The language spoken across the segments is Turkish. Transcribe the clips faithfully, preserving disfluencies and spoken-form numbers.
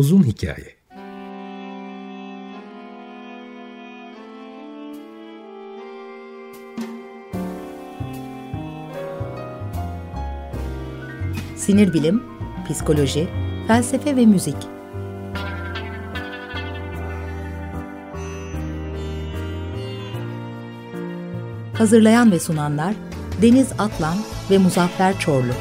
Uzun hikaye. Sinir bilim, psikoloji, felsefe ve müzik. Hazırlayan ve sunanlar Deniz Atlan ve Muzaffer Çorlu.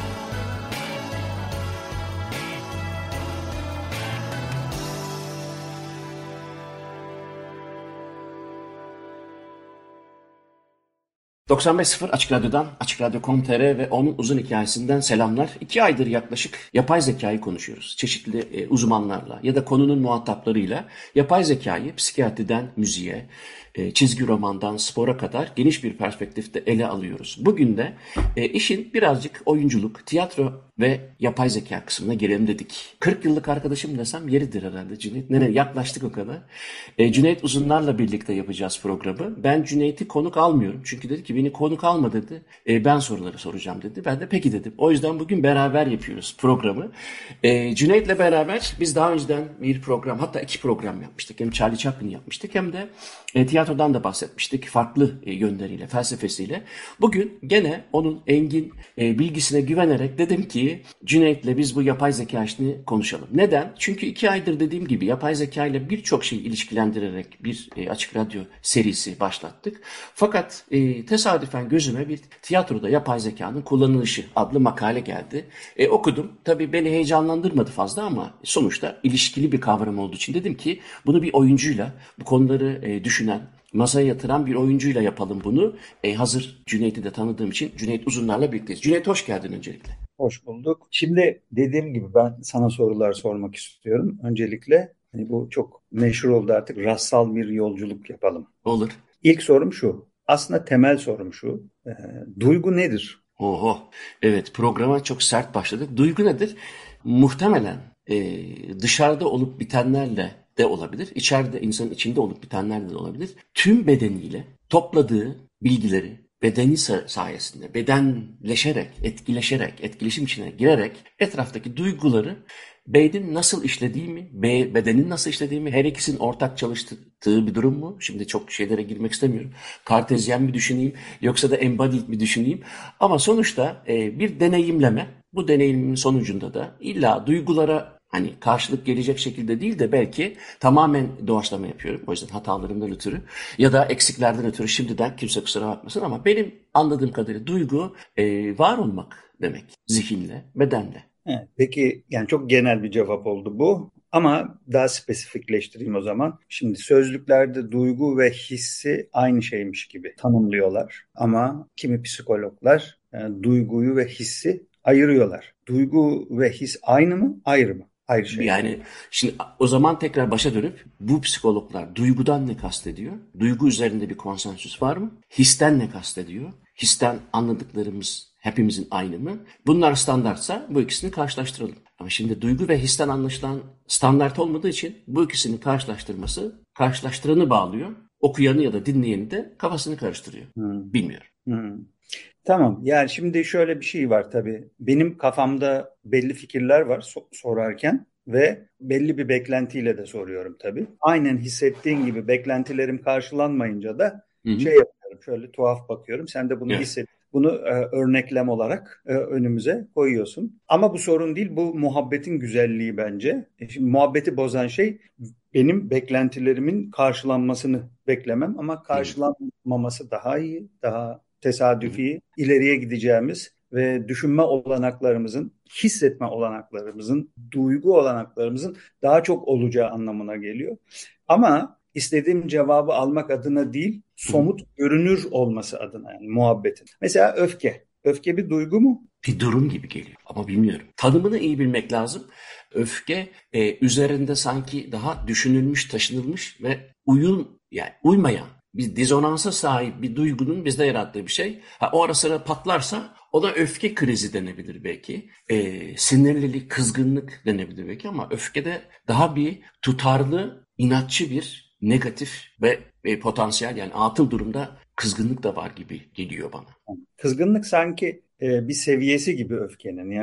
doksan beş nokta sıfır Açık Radyo'dan, Açık Radyo nokta com nokta tr ve onun uzun hikayesinden selamlar. İki aydır yaklaşık yapay zekayı konuşuyoruz. Çeşitli e, uzmanlarla ya da konunun muhataplarıyla yapay zekayı psikiyatriden müziğe, e, çizgi romandan spora kadar geniş bir perspektifte ele alıyoruz. Bugün de e, işin birazcık oyunculuk, tiyatro ve yapay zeka kısmına gelelim dedik. kırk yıllık arkadaşım desem yeridir herhalde Cüneyt. Nereye yaklaştık o kadar. E, Cüneyt Uzunlar'la birlikte yapacağız programı. Ben Cüneyt'i konuk almıyorum. Çünkü dedi ki beni konuk alma dedi. E, ben soruları soracağım dedi. Ben de peki dedim. O yüzden bugün beraber yapıyoruz programı. E, Cüneyt'le beraber biz daha önceden bir program, hatta iki program yapmıştık. Hem Charlie Chaplin yapmıştık hem de e, tiyatrodan da bahsetmiştik. Farklı e, yönleriyle, felsefesiyle. Bugün gene onun engin e, bilgisine güvenerek dedim ki Cüneyt'le biz bu yapay zeka işini konuşalım. Neden? Çünkü iki aydır dediğim gibi yapay zeka ile birçok şeyi ilişkilendirerek bir e, Açık Radyo serisi başlattık. Fakat e, tesadüfen gözüme bir tiyatroda yapay zekanın kullanılışı adlı makale geldi. E, okudum. Tabii beni heyecanlandırmadı fazla ama sonuçta ilişkili bir kavram olduğu için dedim ki bunu bir oyuncuyla, bu konuları e, düşünen, masaya yatıran bir oyuncuyla yapalım bunu. E, hazır Cüneyt'i de tanıdığım için Cüneyt Uzunlar'la birlikteyiz. Cüneyt hoş geldin öncelikle. Hoş bulduk. Şimdi dediğim gibi ben sana sorular sormak istiyorum. Öncelikle hani bu çok meşhur oldu artık, rastsal bir yolculuk yapalım. Olur. İlk sorum şu. Aslında temel sorum şu. E, duygu nedir? Oho. Evet, programa çok sert başladık. Duygu nedir? Muhtemelen e, dışarıda olup bitenlerle de olabilir. İçeride, insanın içinde olup bitenlerle de olabilir. Tüm bedeniyle topladığı bilgileri bedeni sayesinde, bedenleşerek, etkileşerek, etkileşim içine girerek etraftaki duyguları beynin nasıl işlediği mi, bedenin nasıl işlediği mi, her ikisinin ortak çalıştığı bir durum mu? Şimdi çok şeylere girmek istemiyorum. Kartezyen mi düşüneyim yoksa da embodied mi düşüneyim? Ama sonuçta e, bir deneyimleme, bu deneyimin sonucunda da illa duygulara hani karşılık gelecek şekilde değil de belki tamamen doğaçlama yapıyorum. O yüzden hatalarımdan ötürü ya da eksiklerden ötürü şimdiden kimse kusura bakmasın ama benim anladığım kadarıyla duygu e, var olmak demek. Zihinle, bedenle. Evet, peki yani çok genel bir cevap oldu bu ama daha spesifikleştireyim o zaman. Şimdi sözlüklerde duygu ve hissi aynı şeymiş gibi tanımlıyorlar ama kimi psikologlar yani duyguyu ve hissi ayırıyorlar. Duygu ve his aynı mı, ayrı mı? Ayrı şey. Yani şimdi o zaman tekrar başa dönüp bu psikologlar duygudan ne kastediyor? Duygu üzerinde bir konsensüs var mı? Histen ne kastediyor? Histen anladıklarımız hepimizin aynı mı? Bunlar standartsa bu ikisini karşılaştıralım. Ama şimdi duygu ve histen anlaşılan standart olmadığı için bu ikisini karşılaştırması karşılaştıranı bağlıyor. Okuyanı ya da dinleyeni de kafasını karıştırıyor. Hmm. Bilmiyorum. Hmm. Tamam, yani şimdi şöyle bir şey var tabii. Benim kafamda belli fikirler var so- sorarken ve belli bir beklentiyle de soruyorum tabii. Aynen hissettiğin gibi beklentilerim karşılanmayınca da Hı-hı. şey yapıyorum, şöyle tuhaf bakıyorum. Sen de bunu evet. hisset. Bunu e, örneklem olarak e, önümüze koyuyorsun. Ama bu sorun değil, bu muhabbetin güzelliği bence. E, şimdi muhabbeti bozan şey benim beklentilerimin karşılanmasını beklemem ama karşılanmaması daha iyi, daha tesadüfi, ileriye gideceğimiz ve düşünme olanaklarımızın, hissetme olanaklarımızın, duygu olanaklarımızın daha çok olacağı anlamına geliyor. Ama istediğim cevabı almak adına değil, somut görünür olması adına, yani muhabbetin. Mesela öfke. Öfke bir duygu mu? Bir durum gibi geliyor ama bilmiyorum. Tanımını iyi bilmek lazım. Öfke e, üzerinde sanki daha düşünülmüş, taşınılmış ve uyum, yani uymayan, bir dizonansa sahip bir duygunun bizde yarattığı bir şey. Ha, o ara sıra patlarsa o da öfke krizi denebilir belki. E, sinirlilik, kızgınlık denebilir belki ama öfkede daha bir tutarlı, inatçı bir negatif ve e, potansiyel, yani atıl durumda kızgınlık da var gibi geliyor bana. Kızgınlık sanki e, bir seviyesi gibi öfkenin, yani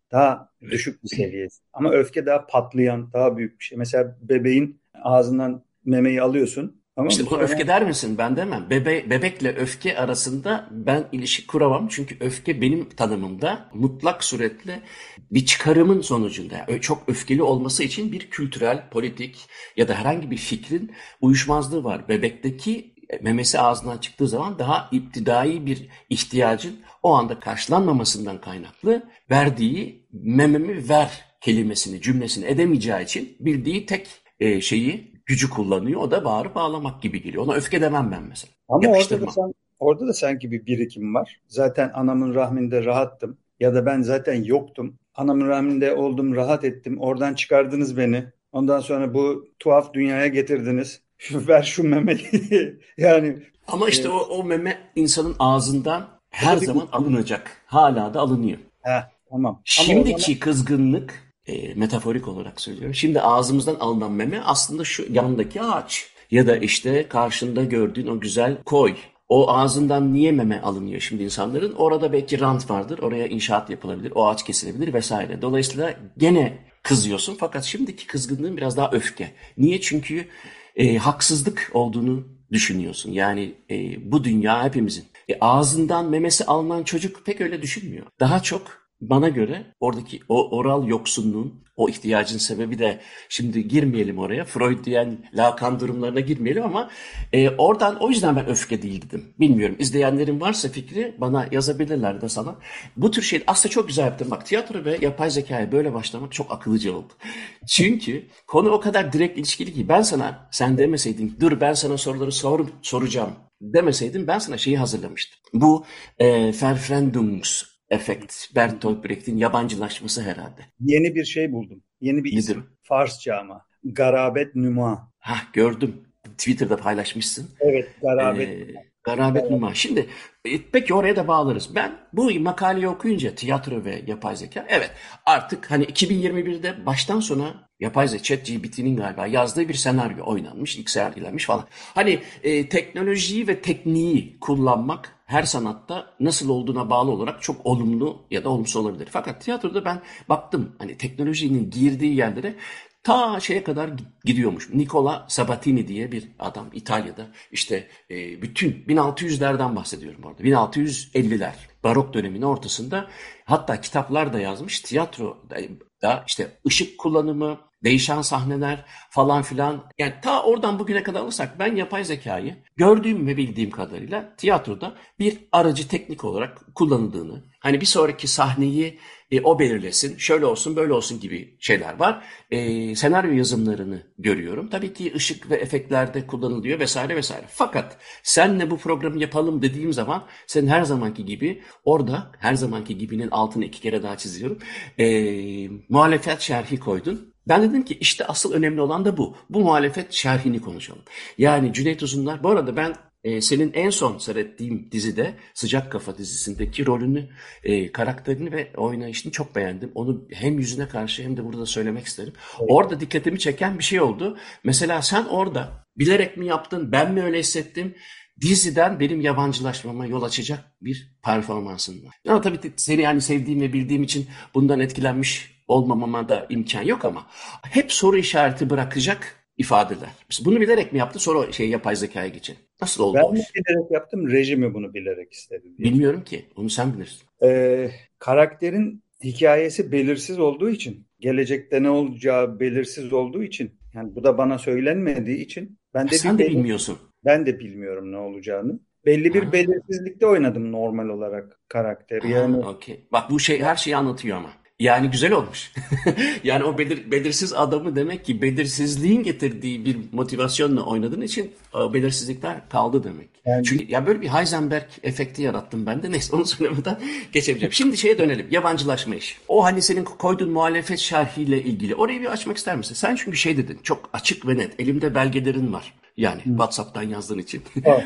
Daha düşük bir seviyesi. Ama öfke daha patlayan, daha büyük bir şey. Mesela bebeğin ağzından memeyi alıyorsun, tamam İşte mı? ona Sonra öfke der misin? Ben demem. Bebe, bebekle öfke arasında ben ilişki kuramam. Çünkü öfke benim tanımımda mutlak suretle bir çıkarımın sonucunda. Yani çok öfkeli olması için bir kültürel, politik ya da herhangi bir fikrin uyuşmazlığı var. Bebekteki memesi ağzından çıktığı zaman daha iptidai bir ihtiyacın o anda karşılanmamasından kaynaklı verdiği mememi ver kelimesini, cümlesini edemeyeceği için bildiği tek e, şeyi, gücü kullanıyor. O da bağırıp ağlamak gibi geliyor. Ona öfke demem ben mesela. ama orada da Yapıştırmam. sen orada da sanki bir birikim var. Zaten anamın rahminde rahattım ya da ben zaten yoktum. Anamın rahminde oldum, rahat ettim. Oradan çıkardınız beni. Ondan sonra bu tuhaf dünyaya getirdiniz. Ver şu memeyi. Yani Ama işte e, o, o meme insanın ağzından o her da bir zaman alınacak. Hala da alınıyor. Heh, tamam. Ama o zaman Şimdiki kızgınlık, e, metaforik olarak söylüyorum. Şimdi ağzımızdan alınan meme aslında şu yandaki ağaç. Ya da işte karşında gördüğün o güzel koy. O ağzından niye meme alınıyor şimdi insanların? Orada belki rant vardır. Oraya inşaat yapılabilir. O ağaç kesilebilir vesaire. Dolayısıyla gene kızıyorsun. Fakat şimdiki kızgınlığın biraz daha öfke. Niye? Çünkü e, haksızlık olduğunu düşünüyorsun. Yani e, bu dünya hepimizin. E, ağzından memesi alınan çocuk pek öyle düşünmüyor. Daha çok bana göre oradaki o oral yoksunluğun, o ihtiyacın sebebi de şimdi girmeyelim oraya. Freud diyen Lacan durumlarına girmeyelim ama e, oradan o yüzden ben öfke değil dedim. Bilmiyorum. İzleyenlerin varsa fikri bana yazabilirler de sana. Bu tür şey aslında çok güzel yaptım. Bak tiyatro ve yapay zekaya böyle başlamak çok akıllıca oldu. Çünkü konu o kadar direkt ilişkili ki ben sana sen demeseydin dur ben sana soruları sor, soracağım demeseydim ben sana şeyi hazırlamıştım. Bu e, Verfremdungs efekt, Bertolt Brecht'in yabancılaşması herhalde. yeni bir şey buldum. Yeni bir Nedir o? isim. Farsça ama. Garabet Numa. Hah gördüm. Twitter'da paylaşmışsın. Evet, garabet. Ee, Garabet Numa. Şimdi e, peki oraya da bağlarız. Ben bu makaleyi okuyunca tiyatro ve yapay zeka evet artık hani iki bin yirmi birde baştan sona yapay zeka ChatGPT'nin galiba yazdığı bir senaryo oynanmış, ilk sergilenmiş falan. Hani e, teknolojiyi ve tekniği kullanmak her sanatta nasıl olduğuna bağlı olarak çok olumlu ya da olumsuz olabilir. Fakat tiyatroda ben baktım hani teknolojinin girdiği yerlere ta şeye kadar gidiyormuş. Nicola Sabatini diye bir adam İtalya'da işte e, bütün bin altı yüzlerden bahsediyorum orada. bin altı yüz elliler barok döneminin ortasında hatta kitaplar da yazmış. Tiyatro da işte ışık kullanımı, değişen sahneler falan filan. Yani ta oradan bugüne kadar alırsak ben yapay zekayı gördüğüm ve bildiğim kadarıyla tiyatroda bir aracı teknik olarak kullanıldığını, hani bir sonraki sahneyi e, o belirlesin, şöyle olsun, böyle olsun gibi şeyler var. E, senaryo yazımlarını görüyorum. Tabii ki ışık ve efektlerde kullanılıyor vesaire vesaire. Fakat senle bu programı yapalım dediğim zaman senin her zamanki gibi orada her zamanki gibinin altını iki kere daha çiziyorum. E, muhalefet şerhi koydun. Ben dedim ki işte asıl önemli olan da bu. Bu muhalefet şerhini konuşalım. Yani Cüneyt Uzunlar, bu arada ben e, senin en son seyrettiğim dizide Sıcak Kafa dizisindeki rolünü, e, karakterini ve oynayışını çok beğendim. Onu hem yüzüne karşı hem de burada söylemek isterim. Orada dikkatimi çeken bir şey oldu. Mesela sen orada bilerek mi yaptın, ben mi öyle hissettim? Diziden benim yabancılaşmama yol açacak bir performansın var. Ama tabii seni yani sevdiğim ve bildiğim için bundan etkilenmiş olmamama da imkan yok ama hep soru işareti bırakacak ifadeler. Mesela bunu bilerek mi yaptı? Sonra şey yapay zekaya geçelim. Nasıl oldu o Ben mi iş? bilerek yaptım, reji mi bunu bilerek istedi diye. Bilmiyorum ki. Onu sen bilirsin. Ee, karakterin hikayesi belirsiz olduğu için, gelecekte ne olacağı belirsiz olduğu için, yani bu da bana söylenmediği için ben Ha, de bir sen de belir bilmiyorsun. ben de bilmiyorum ne olacağını. Belli Ha, bir belirsizlikte oynadım normal olarak karakteri. ha, Yani okey. Bak bu şey her şeyi anlatıyor ama. Yani güzel olmuş. Yani o belir, belirsiz adamı demek ki belirsizliğin getirdiği bir motivasyonla oynadığın için o belirsizlikler kaldı demek. yani Çünkü ya böyle bir Heisenberg efekti yarattım ben de. Neyse onu söylemeden geçebileceğim. Şimdi şeye dönelim. Yabancılaşma işi. O hani senin koyduğun muhalefet şerhiyle ilgili. Orayı bir açmak ister misin? Sen çünkü şey dedin. Çok açık ve net. Elimde belgelerin var. Yani WhatsApp'tan yazdığın için.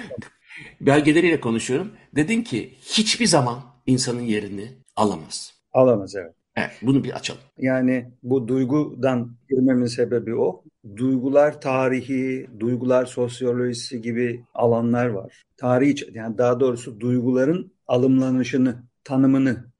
Belgeleriyle konuşuyorum. Dedin ki hiçbir zaman insanın yerini alamaz. alamaz, evet. Evet, bunu bir açalım. Yani bu duygudan girmemin sebebi o. Duygular tarihi, duygular sosyolojisi gibi alanlar var. Tarihi, yani daha doğrusu duyguların alımlanışını, tanımını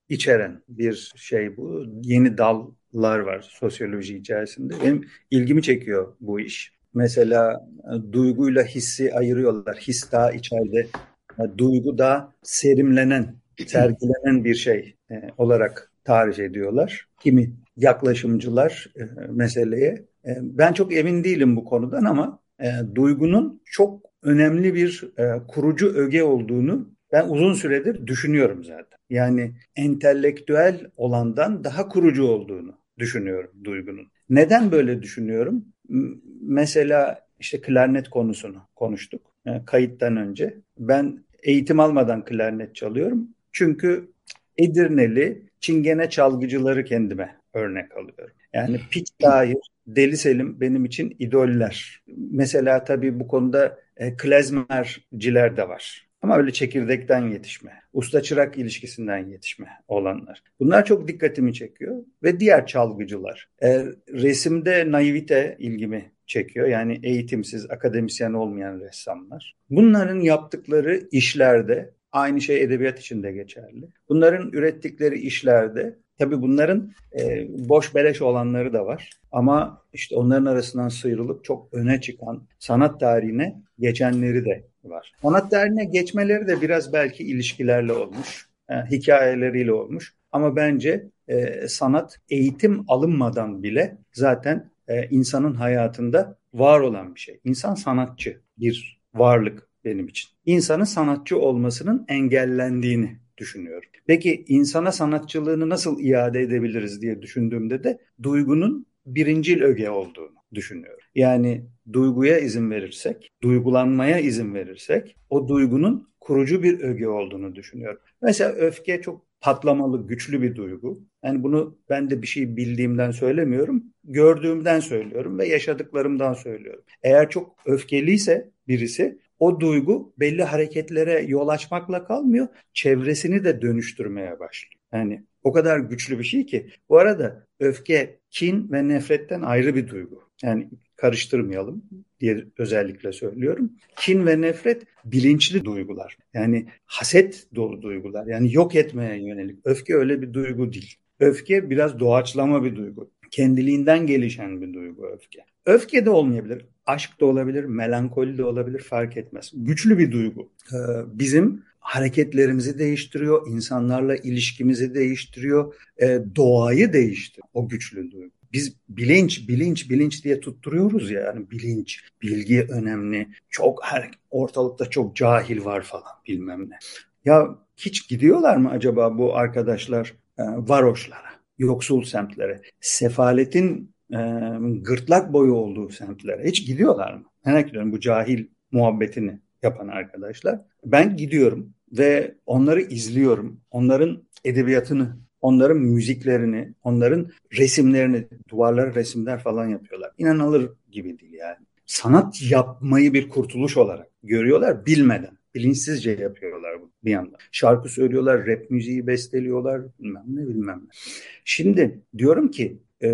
içeren bir şey bu. Yeni dallar var sosyoloji içerisinde. Benim ilgimi çekiyor bu iş. Mesela e, duyguyla hissi ayırıyorlar. His daha içeride, e, duygu daha serimlenen, sergilenen bir şey e, olarak tarif ediyorlar. Kimi yaklaşımcılar e, meseleye. E, ben çok emin değilim bu konudan ama e, duygunun çok önemli bir e, kurucu öge olduğunu ben uzun süredir düşünüyorum zaten. Yani entelektüel olandan daha kurucu olduğunu düşünüyorum duygunun. Neden böyle düşünüyorum? M- Mesela işte klarnet konusunu konuştuk e, kayıttan önce. Ben eğitim almadan klarnet çalıyorum. Çünkü Edirneli Çingene çalgıcıları kendime örnek alıyorum. Yani Piç Tahir, Deli Selim benim için idoller. Mesela tabii bu konuda e, klezmerciler de var. Ama öyle çekirdekten yetişme, usta çırak ilişkisinden yetişme olanlar. Bunlar çok dikkatimi çekiyor. Ve diğer çalgıcılar. E, resimde naivite ilgimi çekiyor. Yani eğitimsiz, akademisyen olmayan ressamlar. Bunların yaptıkları işlerde, aynı şey edebiyat için de geçerli. Bunların ürettikleri işlerde, tabii bunların e, boş beleş olanları da var. Ama işte onların arasından sıyrılıp çok öne çıkan sanat tarihine geçenleri de var. Sanat tarihine geçmeleri de biraz belki ilişkilerle olmuş, e, hikayeleriyle olmuş. Ama bence e, sanat eğitim alınmadan bile zaten e, insanın hayatında var olan bir şey. İnsan sanatçı bir varlık benim için. İnsanın sanatçı olmasının engellendiğini düşünüyorum. Peki insana sanatçılığını nasıl iade edebiliriz diye düşündüğümde de duygunun birincil öge olduğunu düşünüyorum. Yani duyguya izin verirsek, duygulanmaya izin verirsek o duygunun kurucu bir öge olduğunu düşünüyorum. Mesela öfke çok patlamalı, güçlü bir duygu. Yani bunu ben de bir şey bildiğimden söylemiyorum, gördüğümden söylüyorum ve yaşadıklarımdan söylüyorum. Eğer çok öfkeliyse birisi, o duygu belli hareketlere yol açmakla kalmıyor, çevresini de dönüştürmeye başlıyor. Yani o kadar güçlü bir şey ki. Bu arada öfke, kin ve nefretten ayrı bir duygu. Yani karıştırmayalım diye özellikle söylüyorum. Kin ve nefret bilinçli duygular. Yani haset dolu duygular. Yani yok etmeye yönelik. Öfke öyle bir duygu değil. Öfke biraz doğaçlama bir duygu. Kendiliğinden gelişen bir duygu öfke. Öfke de olmayabilir, aşk da olabilir, melankoli de olabilir, fark etmez. Güçlü bir duygu. Ee, bizim hareketlerimizi değiştiriyor, insanlarla ilişkimizi değiştiriyor, e, doğayı değiştiriyor o güçlü duygu. Biz bilinç, bilinç, bilinç diye tutturuyoruz ya, yani bilinç, bilgi önemli. Çok her ortalıkta çok cahil var falan bilmem ne. Ya hiç gidiyorlar mı acaba bu arkadaşlar e, varoşlara, yoksul semtlere, sefaletin e, gırtlak boyu olduğu semtlere hiç gidiyorlar mı? Merak ediyorum bu cahil muhabbetini yapan arkadaşlar. Ben gidiyorum ve onları izliyorum. Onların edebiyatını, onların müziklerini, onların resimlerini, duvarlara resimler falan yapıyorlar. İnanılır gibi değil yani. Sanat yapmayı bir kurtuluş olarak görüyorlar bilmeden. Bilinçsizce yapıyorlar bu bir yandan. Şarkı söylüyorlar, rap müziği besteliyorlar, bilmem ne bilmem ne. Şimdi diyorum ki e,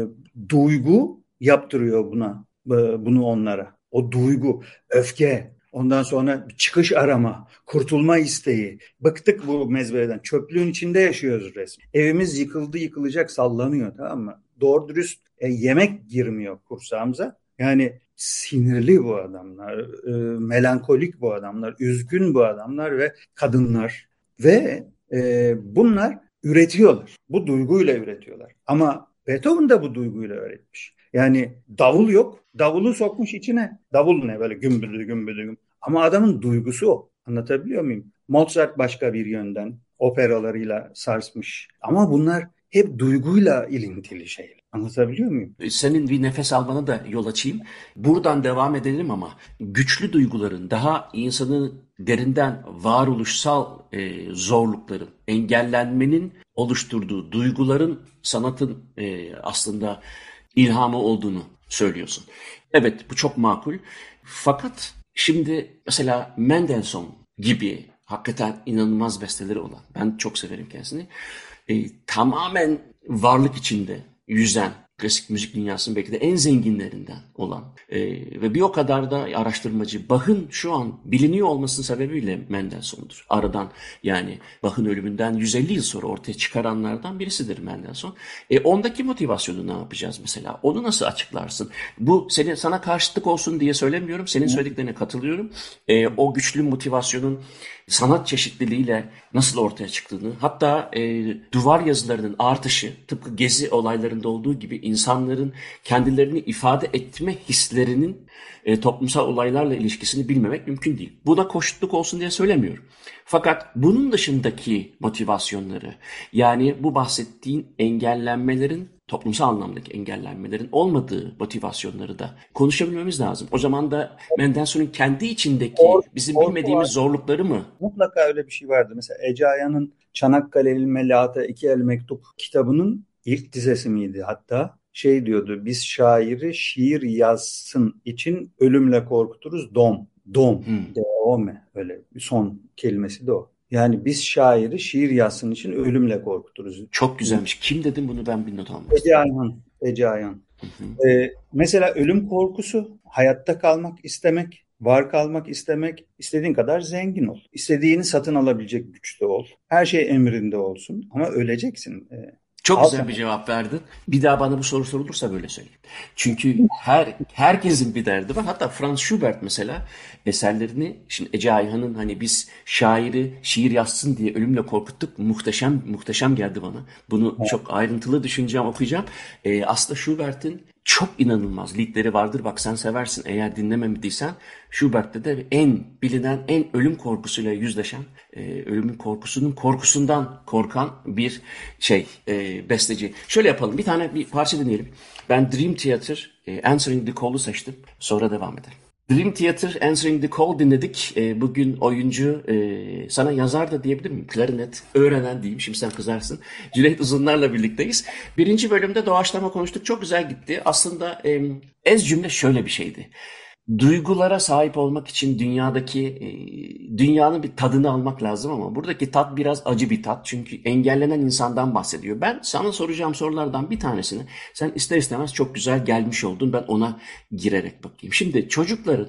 duygu yaptırıyor buna, e, bunu onlara. O duygu, öfke, ondan sonra çıkış arama, kurtulma isteği. Bıktık bu mezbereden. Çöplüğün içinde yaşıyoruz resmen. Evimiz yıkıldı, yıkılacak, sallanıyor, tamam mı? Doğru dürüst e, yemek girmiyor kursağımıza. Yani sinirli bu adamlar, e, melankolik bu adamlar, üzgün bu adamlar ve kadınlar. Ve e, bunlar üretiyorlar. Bu duyguyla üretiyorlar. Ama Beethoven da bu duyguyla öğretmiş. Yani davul yok. Davulu sokmuş içine. Davul ne böyle gümbüdü gümbüdü gümbüdü. Ama adamın duygusu o. Anlatabiliyor muyum? Mozart başka bir yönden operalarıyla sarsmış. Ama bunlar hep duyguyla ilintili şeyler. Anlatabiliyor muyum? Senin bir nefes almana da yol açayım. Buradan devam edelim ama güçlü duyguların, daha insanın derinden varoluşsal e, zorlukların, engellenmenin oluşturduğu duyguların sanatın e, aslında ilhamı olduğunu söylüyorsun. Evet, bu çok makul. Fakat şimdi mesela Mendelssohn gibi hakikaten inanılmaz besteleri olan, ben çok severim kendisini, e, tamamen varlık içinde yüzen klasik müzik dünyasının belki de en zenginlerinden olan e, ve bir o kadar da araştırmacı. Bach'ın şu an biliniyor olmasının sebebiyle Mendelssohn'dur. Aradan yani Bach'ın ölümünden yüz elli yıl sonra ortaya çıkaranlardan birisidir Mendelssohn. E, ondaki motivasyonu ne yapacağız mesela? Onu nasıl açıklarsın? Bu seni, sana karşıtlık olsun diye söylemiyorum. Senin söylediklerine katılıyorum. E, o güçlü motivasyonun sanat çeşitliliğiyle nasıl ortaya çıktığını, hatta e, duvar yazılarının artışı, tıpkı Gezi olaylarında olduğu gibi insanların kendilerini ifade etme hislerinin e, toplumsal olaylarla ilişkisini bilmemek mümkün değil. Buna koşutluk olsun diye söylemiyorum. Fakat bunun dışındaki motivasyonları, yani bu bahsettiğin engellenmelerin, toplumsal anlamdaki engellenmelerin olmadığı motivasyonları da konuşabilmemiz lazım. O zaman da Mendelssohn'un kendi içindeki bizim bilmediğimiz zorlukları mı? Mutlaka öyle bir şey vardı. Mesela Ece Ayhan'ın Çanakkale'li Melahat'a iki el mektup kitabının ilk dizesi miydi hatta? Şey diyordu, biz şairi şiir yazsın için ölümle korkuturuz. Dom. Dom. Hmm. D-O-M. Öyle bir son kelimesi de o. Yani biz şairi şiir yazsın için ölümle korkuturuz. Çok güzelmiş. Kim dedim bunu, ben bir not almak Ece istedim. Ayhan. Ece Ayhan. Hı hı. Ee, mesela ölüm korkusu, hayatta kalmak istemek, var kalmak istemek, istediğin kadar zengin ol. İstediğini satın alabilecek güçte ol. Her şey emrinde olsun ama öleceksin. Ee, Çok halk- güzel bir cevap verdin. Bir daha bana bu soru sorulursa böyle söyleyeyim. Çünkü her herkesin bir derdi var. Hatta Franz Schubert mesela eserlerini, şimdi Ece Ayhan'ın hani biz şairi şiir yazsın diye ölümle korkuttuk. Muhteşem muhteşem geldi bana. Bunu çok ayrıntılı düşüneceğim, okuyacağım. Ee, aslında Schubert'in çok inanılmaz liedleri vardır. Bak sen seversin eğer dinlemediysen. Schubert'te de en bilinen, en ölüm korkusuyla yüzleşen, e, ölümün korkusunun korkusundan korkan bir şey, e, besteci. Şöyle yapalım, bir tane bir parça dinleyelim. Ben Dream Theater, e, Answering the Call'u seçtim. Sonra devam edelim. Dream Theater, Answering the Call dinledik. E, bugün oyuncu, e, sana yazar da diyebilir miyim? Klarinet öğrenen diyeyim, şimdi sen kızarsın. Cüneyt Uzunlar'la birlikteyiz. Birinci bölümde doğaçlama konuştuk, çok güzel gitti. Aslında e, ez cümle şöyle bir şeydi. Duygulara sahip olmak için dünyadaki e, dünyanın bir tadını almak lazım ama buradaki tat biraz acı bir tat. Çünkü engellenen insandan bahsediyor. Ben sana soracağım sorulardan bir tanesini sen ister istemez çok güzel gelmiş oldun. Ben ona girerek bakayım. Şimdi çocukların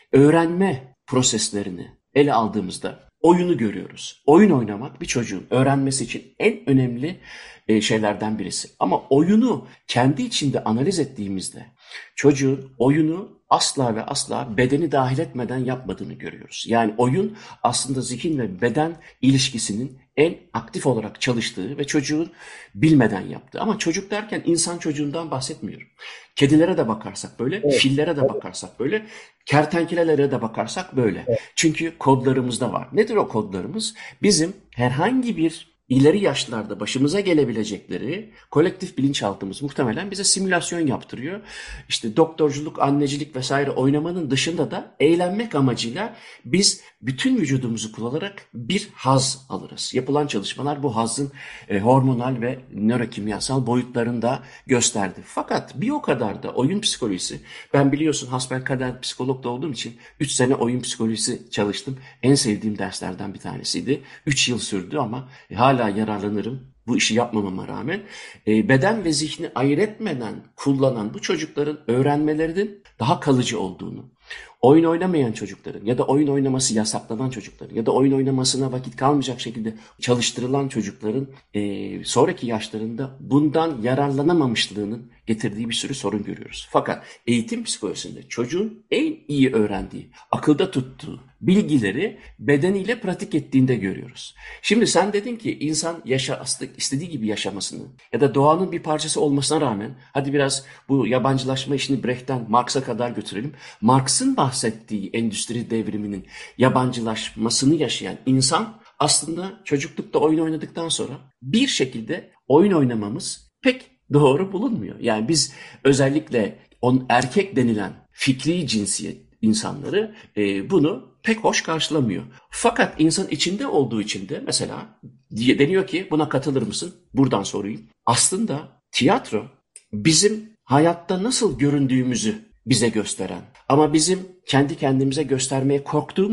öğrenme proseslerini ele aldığımızda oyunu görüyoruz. Oyun oynamak bir çocuğun öğrenmesi için en önemli e, şeylerden birisi. Ama oyunu kendi içinde analiz ettiğimizde çocuğun oyunu asla ve asla bedeni dahil etmeden yapmadığını görüyoruz. Yani oyun aslında zihin ve beden ilişkisinin en aktif olarak çalıştığı ve çocuğun bilmeden yaptığı. Ama çocuk derken insan çocuğundan bahsetmiyorum. Kedilere de bakarsak böyle, evet, fillere de evet. bakarsak böyle, kertenkelelere de bakarsak böyle. Evet. Çünkü kodlarımızda var. Nedir o kodlarımız? Bizim herhangi bir ileri yaşlarda başımıza gelebilecekleri kolektif bilinçaltımız muhtemelen bize simülasyon yaptırıyor. İşte doktorculuk, annecilik vesaire oynamanın dışında da eğlenmek amacıyla biz bütün vücudumuzu kullanarak bir haz alırız. Yapılan çalışmalar bu hazın e, hormonal ve nörokimyasal boyutlarını da gösterdi. Fakat bir o kadar da oyun psikolojisi, ben biliyorsun hasbelkader psikolog da olduğum için üç sene oyun psikolojisi çalıştım. En sevdiğim derslerden bir tanesiydi. üç yıl sürdü ama e, hala yararlanırım bu işi yapmamama rağmen. E, beden ve zihni ayırt etmeden kullanan bu çocukların öğrenmelerinin daha kalıcı olduğunu, oyun oynamayan çocukların ya da oyun oynaması yasaklanan çocukların ya da oyun oynamasına vakit kalmayacak şekilde çalıştırılan çocukların e, sonraki yaşlarında bundan yararlanamamışlığının getirdiği bir sürü sorun görüyoruz. Fakat eğitim psikolojisinde çocuğun en iyi öğrendiği, akılda tuttuğu bilgileri bedeniyle pratik ettiğinde görüyoruz. Şimdi sen dedin ki insan yaşa, istediği gibi yaşamasını ya da doğanın bir parçası olmasına rağmen, hadi biraz bu yabancılaşma işini Brecht'ten Marx'a kadar götürelim. Marx'ın bahsettiği endüstri devriminin yabancılaşmasını yaşayan insan aslında çocuklukta oyun oynadıktan sonra bir şekilde oyun oynamamız pek doğru bulunmuyor. Yani biz özellikle on erkek denilen fikri cinsiyet insanları e, bunu pek hoş karşılamıyor. Fakat insan içinde olduğu için de mesela diye deniyor ki buna katılır mısın? Buradan sorayım. Aslında tiyatro bizim hayatta nasıl göründüğümüzü bize gösteren ama bizim kendi kendimize göstermeye korktuğumuz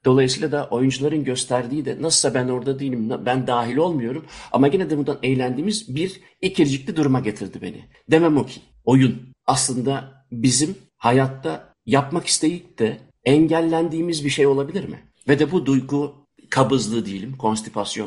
Dolayısıyla da oyuncuların gösterdiği de nasılsa ben orada değilim, ben dahil olmuyorum ama yine de bundan eğlendiğimiz bir ikircikli duruma getirdi beni. Demem o ki oyun aslında bizim hayatta yapmak isteyip de engellendiğimiz bir şey olabilir mi? Ve de bu duygu kabızlığı diyelim, konstipasyonu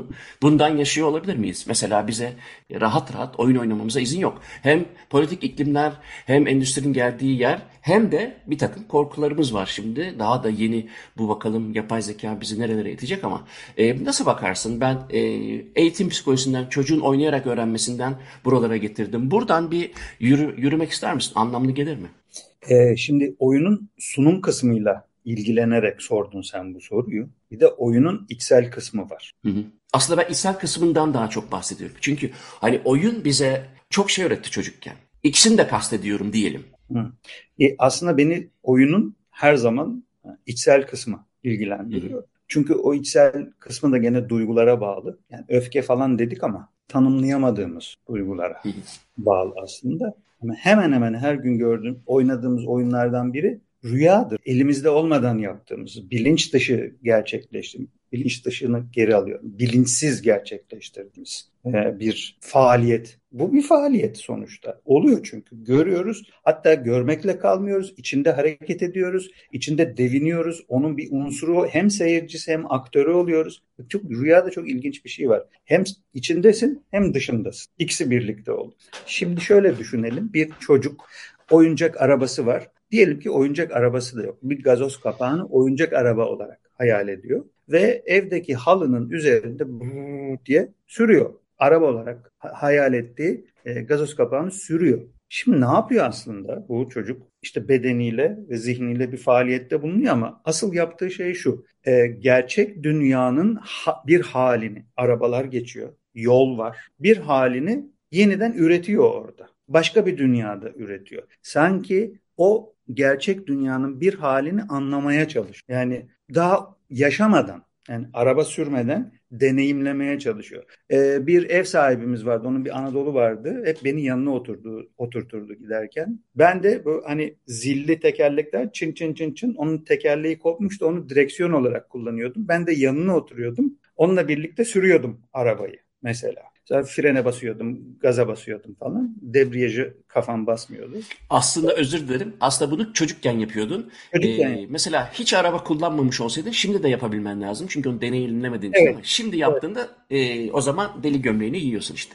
bundan yaşıyor olabilir miyiz? Mesela bize rahat rahat oyun oynamamıza izin yok. Hem politik iklimler hem endüstrinin geldiği yer hem de bir takım korkularımız var şimdi. Daha da yeni bu bakalım yapay zeka bizi nerelere itecek ama e, nasıl bakarsın? Ben e, eğitim psikolojisinden, çocuğun oynayarak öğrenmesinden buralara getirdim. Buradan bir yürü, yürümek ister misin? Anlamlı gelir mi? Ee, şimdi oyunun sunum kısmıyla ilgilenerek sordun sen bu soruyu. Bir de oyunun içsel kısmı var. Hı hı. Aslında ben içsel kısmından daha çok bahsediyorum. Çünkü hani oyun bize çok şey öğretti çocukken. İkisini de kastediyorum diyelim. Hı. E, aslında beni oyunun her zaman içsel kısmı ilgilendiriyor. Hı hı. Çünkü o içsel kısmı da gene duygulara bağlı. Yani öfke falan dedik ama tanımlayamadığımız duygulara hı hı. bağlı aslında. Ama hemen hemen her gün gördüğüm, oynadığımız oyunlardan biri rüyadır. Elimizde olmadan yaptığımız, bilinç dışı gerçekleştirdiğimiz, bilinç dışını geri alıyorum, bilinçsiz gerçekleştirdiğimiz bir faaliyet. Bu bir faaliyet sonuçta. Oluyor çünkü. Görüyoruz. Hatta görmekle kalmıyoruz. İçinde hareket ediyoruz. İçinde deviniyoruz. Onun bir unsuru hem seyircisi hem aktörü oluyoruz. Çok, rüyada çok ilginç bir şey var. Hem içindesin hem dışındasın. İkisi birlikte oldu. Şimdi şöyle düşünelim. Bir çocuk oyuncak arabası var. Diyelim ki oyuncak arabası da yok. Bir gazoz kapağını oyuncak araba olarak hayal ediyor. Ve evdeki halının üzerinde diye sürüyor. Araba olarak hayal ettiği e, gazoz kapağını sürüyor. Şimdi ne yapıyor aslında bu çocuk? İşte bedeniyle ve zihniyle bir faaliyette bulunuyor ama asıl yaptığı şey şu. E, gerçek dünyanın ha, bir halini, arabalar geçiyor, yol var. Bir halini yeniden üretiyor orada. Başka bir dünyada üretiyor. Sanki o gerçek dünyanın bir halini anlamaya çalışıyor. Yani daha yaşamadan, yani araba sürmeden deneyimlemeye çalışıyor. Ee, bir ev sahibimiz vardı, onun bir Anadolu vardı. Hep beni yanına oturdu, oturturdu giderken. Ben de bu hani zilli tekerlekler çın çın çın çın, onun tekerleği kopmuştu, onu direksiyon olarak kullanıyordum. Ben de yanına oturuyordum. Onunla birlikte sürüyordum arabayı mesela. Sonra frene basıyordum, gaza basıyordum falan. Debriyajı kafam basmıyordu. Aslında özür dilerim. Aslında bunu çocukken yapıyordun. Çocukken Ee, mesela hiç araba kullanmamış olsaydın şimdi de yapabilmen lazım. Çünkü onu deneyimlemediğin için evet. ama şimdi yaptığında e, o zaman deli gömleğini giyiyorsun işte.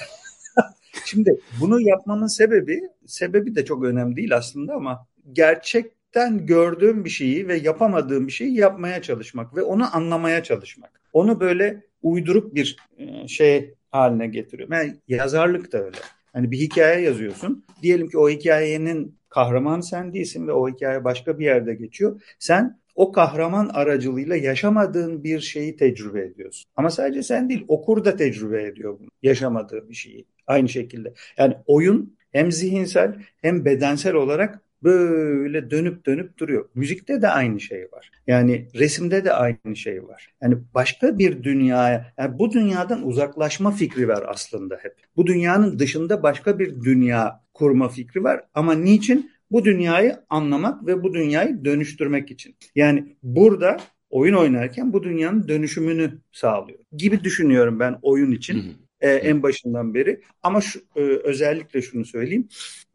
Şimdi bunu yapmamın sebebi, sebebi de çok önemli değil aslında ama gerçekten gördüğüm bir şeyi ve yapamadığım bir şeyi yapmaya çalışmak ve onu anlamaya çalışmak. Onu böyle uyduruk bir şey haline getiriyor. Yani yazarlık da öyle. Hani bir hikaye yazıyorsun. Diyelim ki o hikayenin kahramanı sen değilsin ve o hikaye başka bir yerde geçiyor. Sen o kahraman aracılığıyla yaşamadığın bir şeyi tecrübe ediyorsun. Ama sadece sen değil, okur da tecrübe ediyor bunu. Yaşamadığı bir şeyi. Aynı şekilde. Yani oyun hem zihinsel hem bedensel olarak böyle dönüp dönüp duruyor. Müzikte de aynı şey var. Yani resimde de aynı şey var. Yani başka bir dünyaya, yani bu dünyadan uzaklaşma fikri var aslında hep. Bu dünyanın dışında başka bir dünya kurma fikri var. Ama niçin? Bu dünyayı anlamak ve bu dünyayı dönüştürmek için. Yani burada oyun oynarken bu dünyanın dönüşümünü sağlıyor gibi düşünüyorum ben oyun için. Hı hı. Ee, en başından beri. Ama şu, e, özellikle şunu söyleyeyim.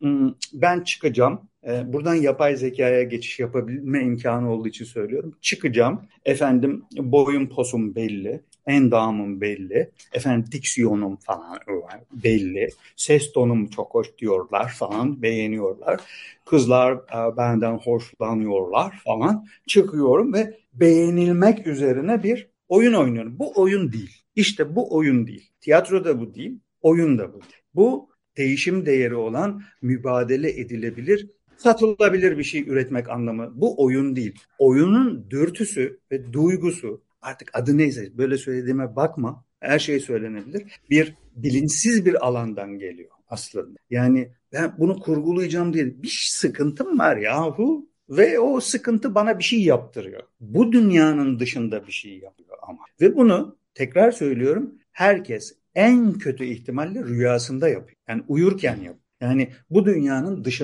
Ben çıkacağım. E, buradan yapay zekaya geçiş yapabilme imkanı olduğu için söylüyorum. Çıkacağım. Efendim boyum posum belli. Endamım belli. Efendim diksiyonum falan belli. Ses tonum çok hoş diyorlar falan. Beğeniyorlar. Kızlar e, benden hoşlanıyorlar falan. Çıkıyorum ve beğenilmek üzerine bir oyun oynuyorum. Bu oyun değil. İşte bu oyun değil. Tiyatro da bu değil, oyun da bu değil. Bu değişim değeri olan, mübadele edilebilir, satılabilir bir şey üretmek anlamı. Bu oyun değil. Oyunun dürtüsü ve duygusu, artık adı neyse böyle söylediğime bakma, her şey söylenebilir. Bir bilinçsiz bir alandan geliyor aslında. Yani ben bunu kurgulayacağım diye bir sıkıntım var yahu. Ve o sıkıntı bana bir şey yaptırıyor. Bu dünyanın dışında bir şey yapıyor ama. Ve bunu tekrar söylüyorum, herkes en kötü ihtimalle rüyasında yapıyor. Yani uyurken yapıyor. Yani bu dünyanın dışına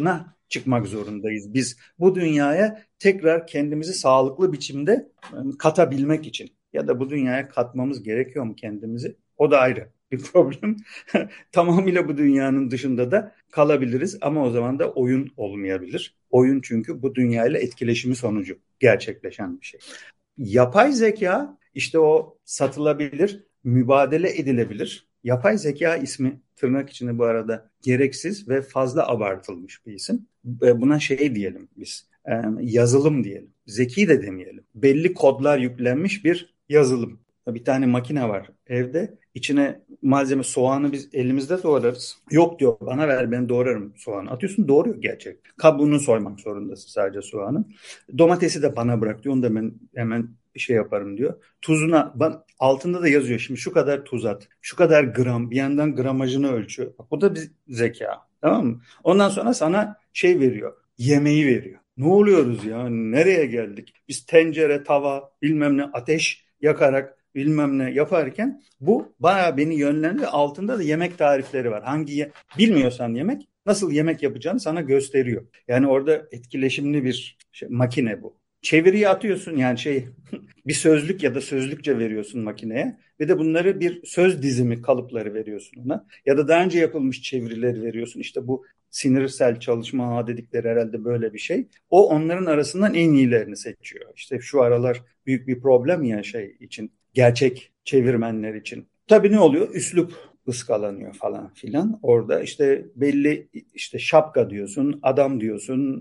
çıkmak zorundayız. Biz bu dünyaya tekrar kendimizi sağlıklı biçimde katabilmek için ya da bu dünyaya katmamız gerekiyor mu kendimizi? O da ayrı bir problem. Tamamıyla bu dünyanın dışında da kalabiliriz ama o zaman da oyun olmayabilir. Oyun çünkü bu dünyayla etkileşimi sonucu gerçekleşen bir şey. Yapay zeka işte o satılabilir, mübadele edilebilir. Yapay zeka ismi tırnak içinde bu arada gereksiz ve fazla abartılmış bir isim. Buna şey diyelim biz, yazılım diyelim. Zeki de demeyelim. Belli kodlar yüklenmiş bir yazılım. Bir tane makine var evde. İçine malzeme, soğanı biz elimizde doğrarız. Yok diyor, bana ver, ben doğrarım soğanı. Atıyorsun, doğruyor gerçek. Kabuğunu soymak zorundasın sadece soğanı. Domatesi de bana bırak diyor. Onu da ben hemen şey yaparım diyor. Tuzuna, ben, altında da yazıyor şimdi şu kadar tuz at. Şu kadar gram, bir yandan gramajını ölçüyor. Bak, bu da bir zeka. Tamam mı? Ondan sonra sana şey veriyor. Yemeği veriyor. Ne oluyoruz ya? Nereye geldik? Biz tencere, tava, bilmem ne, ateş yakarak bilmem ne yaparken bu bayağı beni yönlendiriyor. Altında da yemek tarifleri var. Hangi ye- bilmiyorsan yemek, nasıl yemek yapacağını sana gösteriyor. Yani orada etkileşimli bir şey, makine bu. Çeviriyi atıyorsun, yani şey bir sözlük ya da sözlükçe veriyorsun makineye ve de bunları bir söz dizimi kalıpları veriyorsun ona. Ya da daha önce yapılmış çevirileri veriyorsun. İşte bu sinirsel çalışma ağı dedikleri herhalde böyle bir şey. O onların arasından en iyilerini seçiyor. İşte şu aralar büyük bir problem ya şey için, gerçek çevirmenler için. Tabii ne oluyor? Üslup ıskalanıyor falan filan. Orada işte belli, işte şapka diyorsun, adam diyorsun,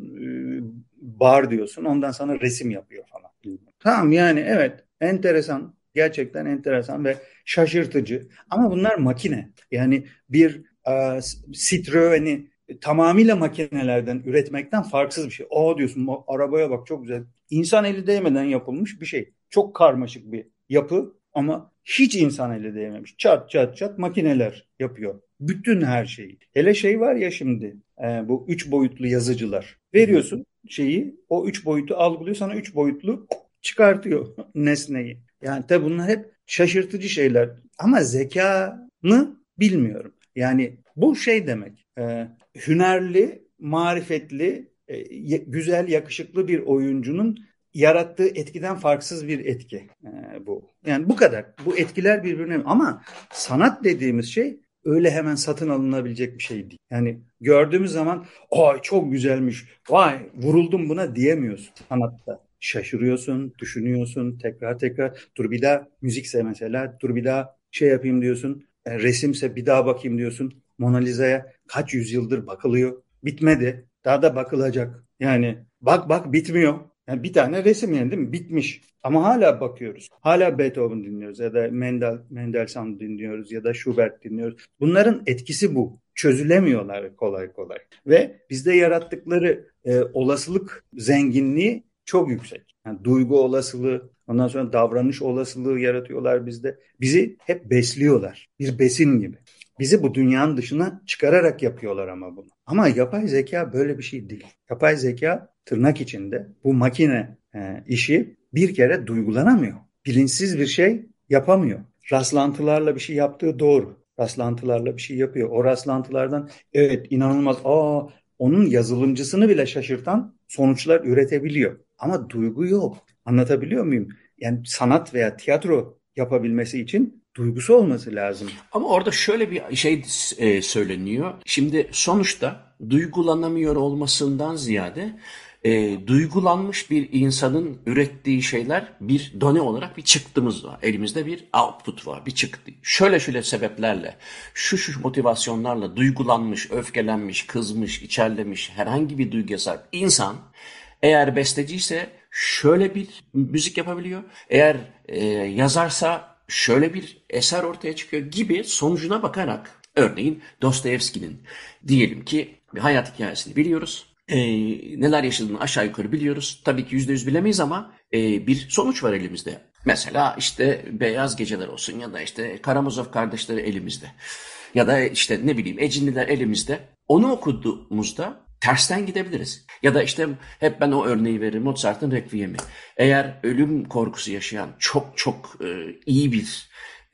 bar diyorsun. Ondan sonra resim yapıyor falan. Tamam, yani evet, enteresan. Gerçekten enteresan ve şaşırtıcı. Ama bunlar makine. Yani bir e, Citroen'i tamamıyla makinelerden üretmekten farksız bir şey. Aa diyorsun, arabaya bak çok güzel. İnsan eli değmeden yapılmış bir şey. Çok karmaşık bir yapı ama hiç insan eli değmemiş. Çat çat çat makineler yapıyor. Bütün her şeyi. Hele şey var ya şimdi, e, bu üç boyutlu yazıcılar. Veriyorsun şeyi, o üç boyutu algılıyor, sana üç boyutlu çıkartıyor nesneyi. Yani tabii bunlar hep şaşırtıcı şeyler. Ama zeka mı bilmiyorum. Yani bu şey demek, e, hünerli, marifetli, e, güzel, yakışıklı bir oyuncunun yarattığı etkiden farksız bir etki e, bu. Yani bu kadar. Bu etkiler birbirine, ama sanat dediğimiz şey öyle hemen satın alınabilecek bir şey değil. Yani gördüğümüz zaman ay çok güzelmiş, vay vuruldum buna diyemiyorsun sanatta. Şaşırıyorsun, düşünüyorsun, tekrar tekrar. Dur bir daha, müzikse mesela, dur bir daha şey yapayım diyorsun. E, resimse bir daha bakayım diyorsun. Mona Lisa'ya kaç yüzyıldır bakılıyor. Bitmedi. Daha da bakılacak. Yani bak bak bitmiyor. Yani bir tane resim, yani değil mi? Bitmiş. Ama hala bakıyoruz. Hala Beethoven dinliyoruz ya da Mendel, Mendelssohn dinliyoruz ya da Schubert dinliyoruz. Bunların etkisi bu. Çözülemiyorlar kolay kolay. Ve bizde yarattıkları e, olasılık zenginliği çok yüksek. Yani duygu olasılığı, ondan sonra davranış olasılığı yaratıyorlar bizde. Bizi hep besliyorlar. Bir besin gibi. Bizi bu dünyanın dışına çıkararak yapıyorlar ama bunu. Ama yapay zeka böyle bir şey değil. Yapay zeka tırnak içinde bu makine e, işi bir kere duygulanamıyor. Bilinçsiz bir şey yapamıyor. Rastlantılarla bir şey yaptığı doğru. Rastlantılarla bir şey yapıyor. O rastlantılardan evet inanılmaz, aa, onun yazılımcısını bile şaşırtan sonuçlar üretebiliyor. Ama duygu yok. Anlatabiliyor muyum? Yani sanat veya tiyatro yapabilmesi için duygusu olması lazım. Ama orada şöyle bir şey e, söyleniyor. Şimdi sonuçta duygulanamıyor olmasından ziyade e, duygulanmış bir insanın ürettiği şeyler bir done olarak bir çıktımız var. Elimizde bir output var, bir çıktı. Şöyle şöyle sebeplerle, şu şu motivasyonlarla duygulanmış, öfkelenmiş, kızmış, içerlemiş herhangi bir duyguya sahip insan eğer besteciyse şöyle bir müzik yapabiliyor. Eğer e, yazarsa şöyle bir eser ortaya çıkıyor gibi sonucuna bakarak, örneğin Dostoyevski'nin diyelim ki bir hayat hikayesini biliyoruz. E, neler yaşadığını aşağı yukarı biliyoruz. Tabii ki yüzde yüz bilemeyiz ama e, bir sonuç var elimizde. Mesela işte Beyaz Geceler olsun ya da işte Karamazov kardeşleri elimizde. Ya da işte ne bileyim Ecinliler elimizde. Onu okuduğumuzda tersten gidebiliriz. Ya da işte hep ben o örneği veririm, Mozart'ın Requiem'i. Eğer ölüm korkusu yaşayan çok çok e, iyi bir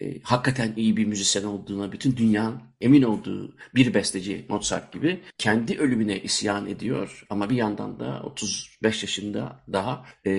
e, hakikaten iyi bir müzisyen olduğuna bütün dünyanın emin olduğu bir besteci Mozart gibi kendi ölümüne isyan ediyor. Ama bir yandan da otuz beş yaşında daha e,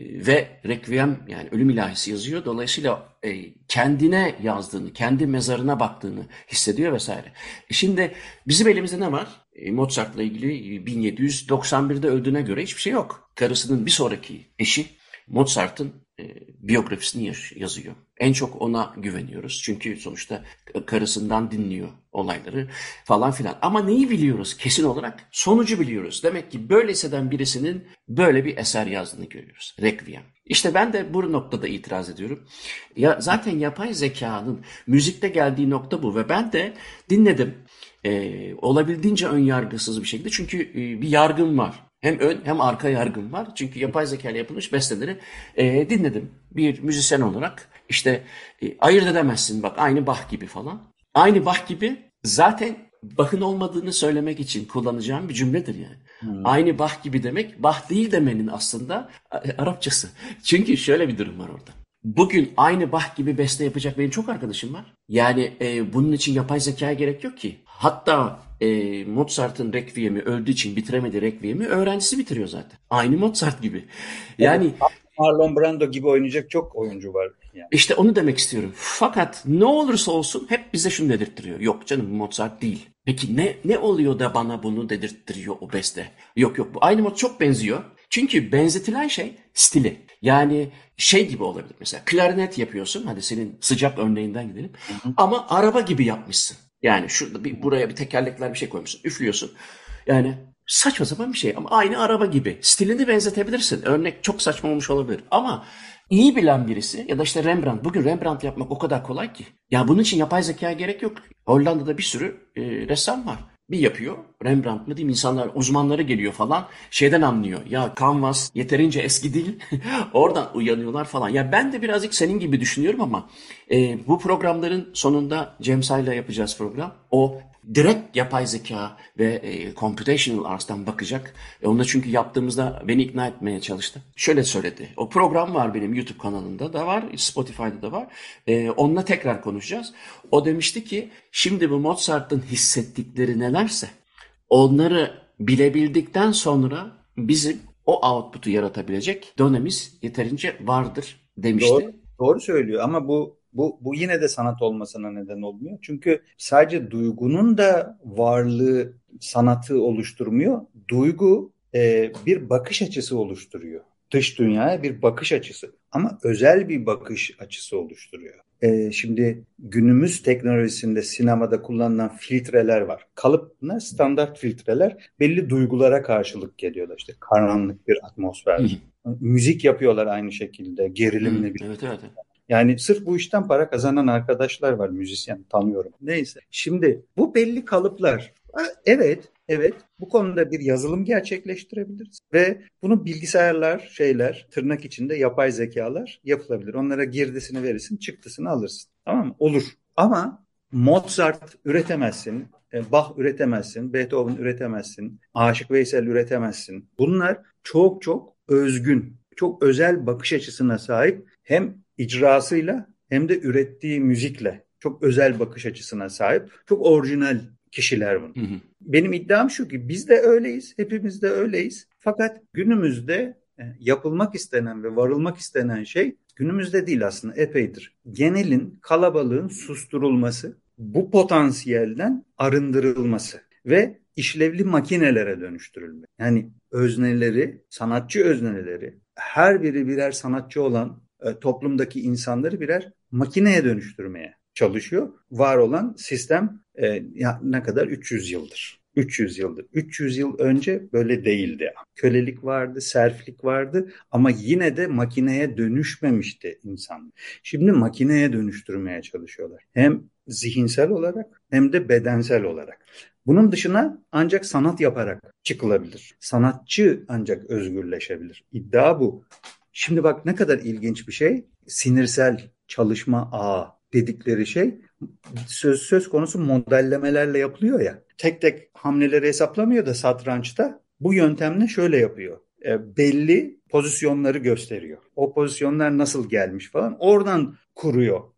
ve Requiem yani ölüm ilahisi yazıyor. Dolayısıyla e, kendine yazdığını, kendi mezarına baktığını hissediyor vesaire. E şimdi bizim elimizde ne var? E, Mozart'la ilgili bin yedi yüz doksan birde öldüğüne göre hiçbir şey yok. Karısının bir sonraki eşi Mozart'ın e, biyografisini yazıyor. En çok ona güveniyoruz. Çünkü sonuçta karısından dinliyor olayları falan filan. Ama neyi biliyoruz kesin olarak? Sonucu biliyoruz. Demek ki böyle hisseden birisinin böyle bir eser yazdığını görüyoruz. Requiem. İşte ben de bu noktada itiraz ediyorum. Ya zaten yapay zekanın müzikte geldiği nokta bu ve ben de dinledim. Ee, olabildiğince ön yargısız bir şekilde. Çünkü e, bir yargım var. Hem ön hem arka yargım var. Çünkü yapay zeka ile yapılmış besteleri e, dinledim. Bir müzisyen olarak işte e, ayırt edemezsin bak aynı Bach gibi falan. Aynı Bach gibi zaten Bach'ın olmadığını söylemek için kullanacağım bir cümledir yani. Hmm. Aynı Bach gibi demek Bach değil demenin aslında e, Arapçası. Çünkü şöyle bir durum var orada. Bugün aynı Bach gibi beste yapacak benim çok arkadaşım var. Yani e, bunun için yapay zekaya gerek yok ki. Hatta e, Mozart'ın Requiem'i öldüğü için bitiremediği Requiem'i öğrencisi bitiriyor zaten. Aynı Mozart gibi. Yani evet, Marlon Brando gibi oynayacak çok oyuncu var. Yani. İşte onu demek istiyorum. Fakat ne olursa olsun hep bize şunu dedirttiriyor. Yok canım Mozart değil. Peki ne ne oluyor da bana bunu dedirttiriyor o beste? Yok yok bu aynı Mozart çok benziyor. Çünkü benzetilen şey stili. Yani şey gibi olabilir mesela klarinet yapıyorsun. Hadi senin sıcak örneğinden gidelim. Hı hı. Ama araba gibi yapmışsın. Yani şurada bir buraya bir tekerlekler bir şey koymuşsun. Üflüyorsun. Yani saçma sapan bir şey ama aynı araba gibi. Stilini benzetebilirsin. Örnek çok saçma olmuş olabilir. Ama iyi bilen birisi ya da işte Rembrandt. Bugün Rembrandt yapmak o kadar kolay ki. Ya bunun için yapay zekaya gerek yok. Hollanda'da bir sürü e, ressam var. Bir yapıyor. Rembrandt mı diyeyim insanlar uzmanları geliyor falan. Şeyden anlıyor. Ya kanvas yeterince eski değil. Oradan uyanıyorlar falan. Ya ben de birazcık senin gibi düşünüyorum ama e, bu programların sonunda Cem Say'la yapacağız program. O direkt yapay zeka ve e, computational arts'tan bakacak. E, onunla çünkü yaptığımızda beni ikna etmeye çalıştı. Şöyle söyledi. O program var benim YouTube kanalımda da var. Spotify'da da var. E, onunla tekrar konuşacağız. O demişti ki şimdi bu Mozart'ın hissettikleri nelerse onları bilebildikten sonra bizim o output'u yaratabilecek donemiz yeterince vardır demişti. Doğru, doğru söylüyor ama bu Bu, bu yine de sanat olmasına neden olmuyor. Çünkü sadece duygunun da varlığı sanatı oluşturmuyor. Duygu e, bir bakış açısı oluşturuyor. Dış dünyaya bir bakış açısı. Ama özel bir bakış açısı oluşturuyor. E, şimdi günümüz teknolojisinde sinemada kullanılan filtreler var. Kalıplar, standart filtreler belli duygulara karşılık geliyorlar. İşte karanlık bir atmosfer. Müzik yapıyorlar aynı şekilde. Gerilimli bir. Evet, evet. Yani sırf bu işten para kazanan arkadaşlar var, müzisyen tanıyorum. Neyse. Şimdi bu belli kalıplar. Evet, evet. Bu konuda bir yazılım gerçekleştirebiliriz ve bunu bilgisayarlar, şeyler, tırnak içinde yapay zekalar yapılabilir. Onlara girdisini verirsin, çıktısını alırsın. Tamam mı? Olur. Ama Mozart üretemezsin, Bach üretemezsin, Beethoven üretemezsin, Aşık Veysel üretemezsin. Bunlar çok çok özgün, çok özel bakış açısına sahip hem icrasıyla hem de ürettiği müzikle çok özel bakış açısına sahip, çok orijinal kişiler bunlar. Hı hı. Benim iddiam şu ki biz de öyleyiz, hepimiz de öyleyiz. Fakat günümüzde yapılmak istenen ve varılmak istenen şey günümüzde değil aslında epeydir. Genelin, kalabalığın susturulması, bu potansiyelden arındırılması ve işlevli makinelere dönüştürülme. Yani özneleri, sanatçı özneleri, her biri birer sanatçı olan e, toplumdaki insanları birer makineye dönüştürmeye çalışıyor. Var olan sistem e, ya, ne kadar? üç yüz yıldır. üç yüz yıldır. üç yüz yıl önce böyle değildi. Kölelik vardı, serflik vardı ama yine de makineye dönüşmemişti insan. Şimdi makineye dönüştürmeye çalışıyorlar. Hem zihinsel olarak hem de bedensel olarak. Bunun dışına ancak sanat yaparak çıkılabilir. Sanatçı ancak özgürleşebilir. İddia bu. Şimdi bak ne kadar ilginç bir şey. Sinirsel çalışma ağı dedikleri şey söz söz konusu modellemelerle yapılıyor ya. Tek tek hamleleri hesaplamıyor da satrançta bu yöntemle şöyle yapıyor. E, belli pozisyonları gösteriyor. O pozisyonlar nasıl gelmiş falan oradan kuruyor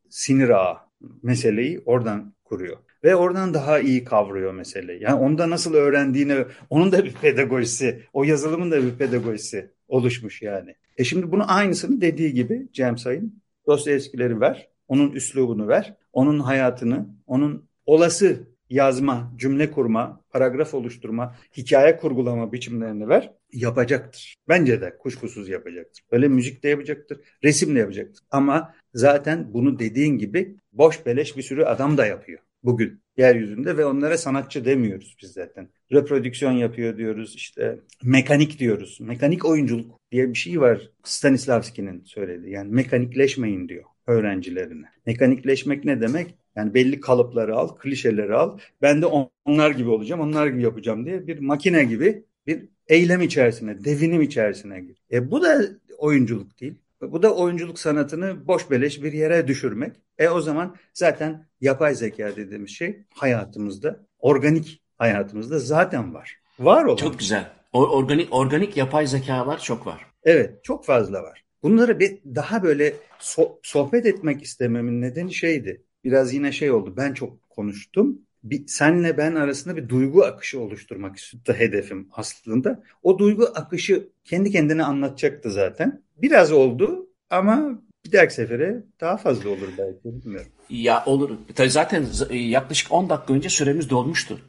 sinir ağı, meseleyi oradan kuruyor. Ve oradan daha iyi kavruyor meseleyi. Yani onda nasıl öğrendiğini, onun da bir pedagojisi, o yazılımın da bir pedagojisi oluşmuş yani. E şimdi bunu aynısını dediği gibi Cem Sayın, Dostoyevskileri ver, onun üslubunu ver, onun hayatını, onun olası yazma, cümle kurma, paragraf oluşturma, hikaye kurgulama biçimlerini ver, yapacaktır. Bence de kuşkusuz yapacaktır. Öyle müzik de yapacaktır, resim de yapacaktır. Ama zaten bunu dediğin gibi boş beleş bir sürü adam da yapıyor bugün yeryüzünde ve onlara sanatçı demiyoruz biz zaten. Reprodüksiyon yapıyor diyoruz, işte mekanik diyoruz. Mekanik oyunculuk diye bir şey var, Stanislavski'nin söylediği. Yani mekanikleşmeyin diyor öğrencilerine. Mekanikleşmek ne demek? Yani belli kalıpları al, klişeleri al. Ben de onlar gibi olacağım, onlar gibi yapacağım diye bir makine gibi bir eylem içerisine, devinim içerisine gir. E bu da oyunculuk değil. Bu da oyunculuk sanatını boş beleş bir yere düşürmek. E o zaman zaten yapay zeka dediğimiz şey hayatımızda, organik hayatımızda zaten var. Var olan Çok bir şey. güzel. O, organik organik yapay zekalar çok var. Evet, çok fazla var. Bunları bir daha böyle so- sohbet etmek istememin nedeni şeydi. Biraz yine şey oldu. Ben çok konuştum. Bir, senle ben arasında bir duygu akışı oluşturmak istiyordu hedefim aslında. O duygu akışı kendi kendine anlatacaktı zaten. Biraz oldu ama bir dahaki sefere daha fazla olur belki, bilmiyorum. Ya olur. Tabii zaten z- e, yaklaşık on dakika önce süremiz dolmuştu.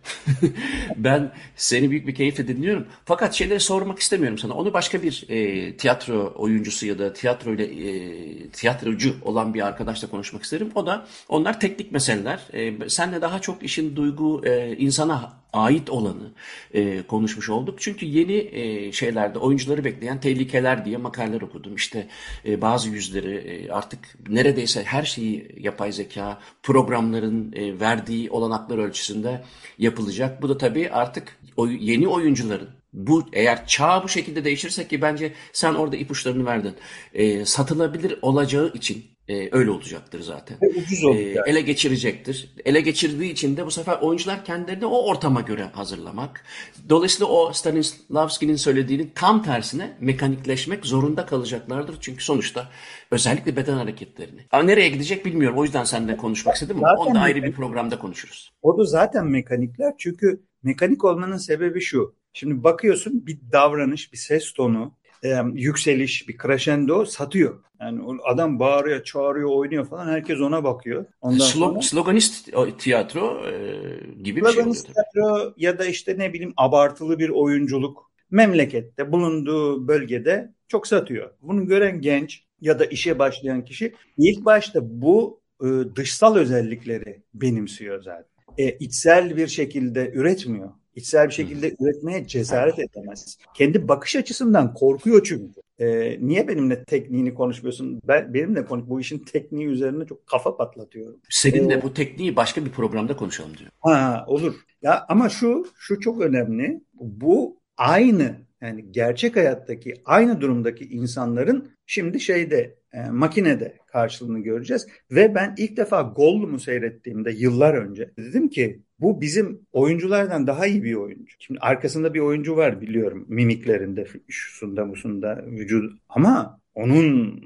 Ben seni büyük bir keyifle dinliyorum. Fakat şeyleri sormak istemiyorum sana. Onu başka bir e, tiyatro oyuncusu ya da tiyatro ile e, tiyatrocu olan bir arkadaşla konuşmak isterim. O da onlar teknik meseleler. E, senle daha çok işin duygu e, insana ait olanı e, konuşmuş olduk. Çünkü yeni e, şeylerde oyuncuları bekleyen tehlikeler diye makaleler okudum. İşte e, bazı yüzleri e, artık neredeyse her şeyi yapay zeka programların e, verdiği olanaklar ölçüsünde yapılacak. Bu da tabii artık oy- yeni oyuncuların bu eğer çağ bu şekilde değişirse ki bence sen orada ipuçlarını verdin. E, satılabilir olacağı için e, öyle olacaktır zaten. Ve ucuz E, olacak. ele geçirecektir. Ele geçirdiği için de bu sefer oyuncular kendilerini o ortama göre hazırlamak. Dolayısıyla o Stanislavski'nin söylediğinin tam tersine mekanikleşmek zorunda kalacaklardır. Çünkü sonuçta özellikle beden hareketlerini. Ama nereye gidecek bilmiyorum. O yüzden seninle konuşmak istedim ama onu da Zaten ayrı bir mekanik. programda konuşuruz. O da zaten mekanikler. Çünkü mekanik olmanın sebebi şu. Şimdi bakıyorsun bir davranış, bir ses tonu, e, yükseliş, bir crescendo satıyor. Yani o adam bağırıyor, çağırıyor, oynuyor falan. Herkes ona bakıyor. Ondan Slo- sonra sloganist tiyatro e, gibi bir şey oluyor sloganist tabii. tiyatro ya da işte ne bileyim abartılı bir oyunculuk memlekette, bulunduğu bölgede çok satıyor. Bunu gören genç ya da işe başlayan kişi ilk başta bu e, dışsal özellikleri benimsiyor zaten. E, içsel bir şekilde üretmiyor. İçsel bir şekilde üretmeye cesaret edemez. Kendi bakış açısından korkuyor çünkü. E, niye benimle tekniğini konuşmuyorsun? Ben benimle konuş. Bu işin tekniği üzerine çok kafa patlatıyorum. E, Seninle bu tekniği başka bir programda konuşalım diyor. Ha, olur. Ya ama şu şu çok önemli. Bu aynı, yani gerçek hayattaki aynı durumdaki insanların şimdi şeyde e, makinede karşılığını göreceğiz. Ve ben ilk defa Gollum'u seyrettiğimde yıllar önce dedim ki bu bizim oyunculardan daha iyi bir oyuncu. Şimdi arkasında bir oyuncu var biliyorum, mimiklerinde, şusunda busunda, vücudu, ama onun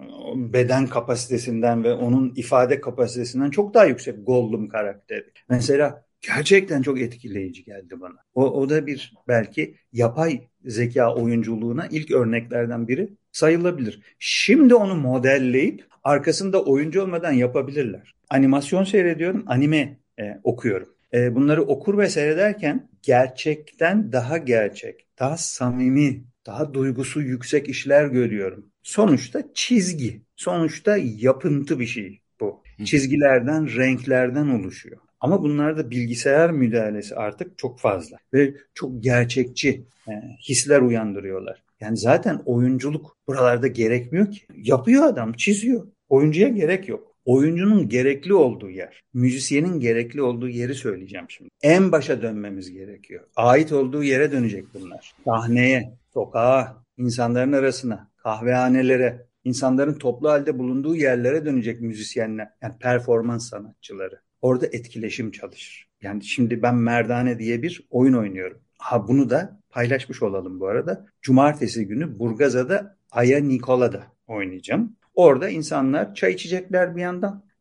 beden kapasitesinden ve onun ifade kapasitesinden çok daha yüksek Gollum karakteri. Mesela gerçekten çok etkileyici geldi bana. O, o da bir belki yapay zeka oyunculuğuna ilk örneklerden biri sayılabilir. Şimdi onu modelleyip arkasında oyuncu olmadan yapabilirler. Animasyon seyrediyorum, anime e, okuyorum. E, bunları okur ve seyrederken gerçekten daha gerçek, daha samimi, daha duygusu yüksek işler görüyorum. Sonuçta çizgi, sonuçta yapıntı bir şey bu. Çizgilerden, renklerden oluşuyor. Ama bunlarda bilgisayar müdahalesi artık çok fazla ve çok gerçekçi e, hisler uyandırıyorlar. Yani zaten oyunculuk buralarda gerekmiyor ki. Yapıyor adam, çiziyor. Oyuncuya gerek yok. Oyuncunun gerekli olduğu yer, müzisyenin gerekli olduğu yeri söyleyeceğim şimdi. En başa dönmemiz gerekiyor. Ait olduğu yere dönecek bunlar. Sahneye, sokağa, insanların arasına, kahvehanelere, insanların toplu halde bulunduğu yerlere dönecek müzisyenler, yani performans sanatçıları. Orada etkileşim çalışır. Yani şimdi ben Merdane diye bir oyun oynuyorum. Ha, bunu da paylaşmış olalım bu arada. Cumartesi günü Burgazada Aya Nikola'da oynayacağım. Orada insanlar çay içecekler bir yandan.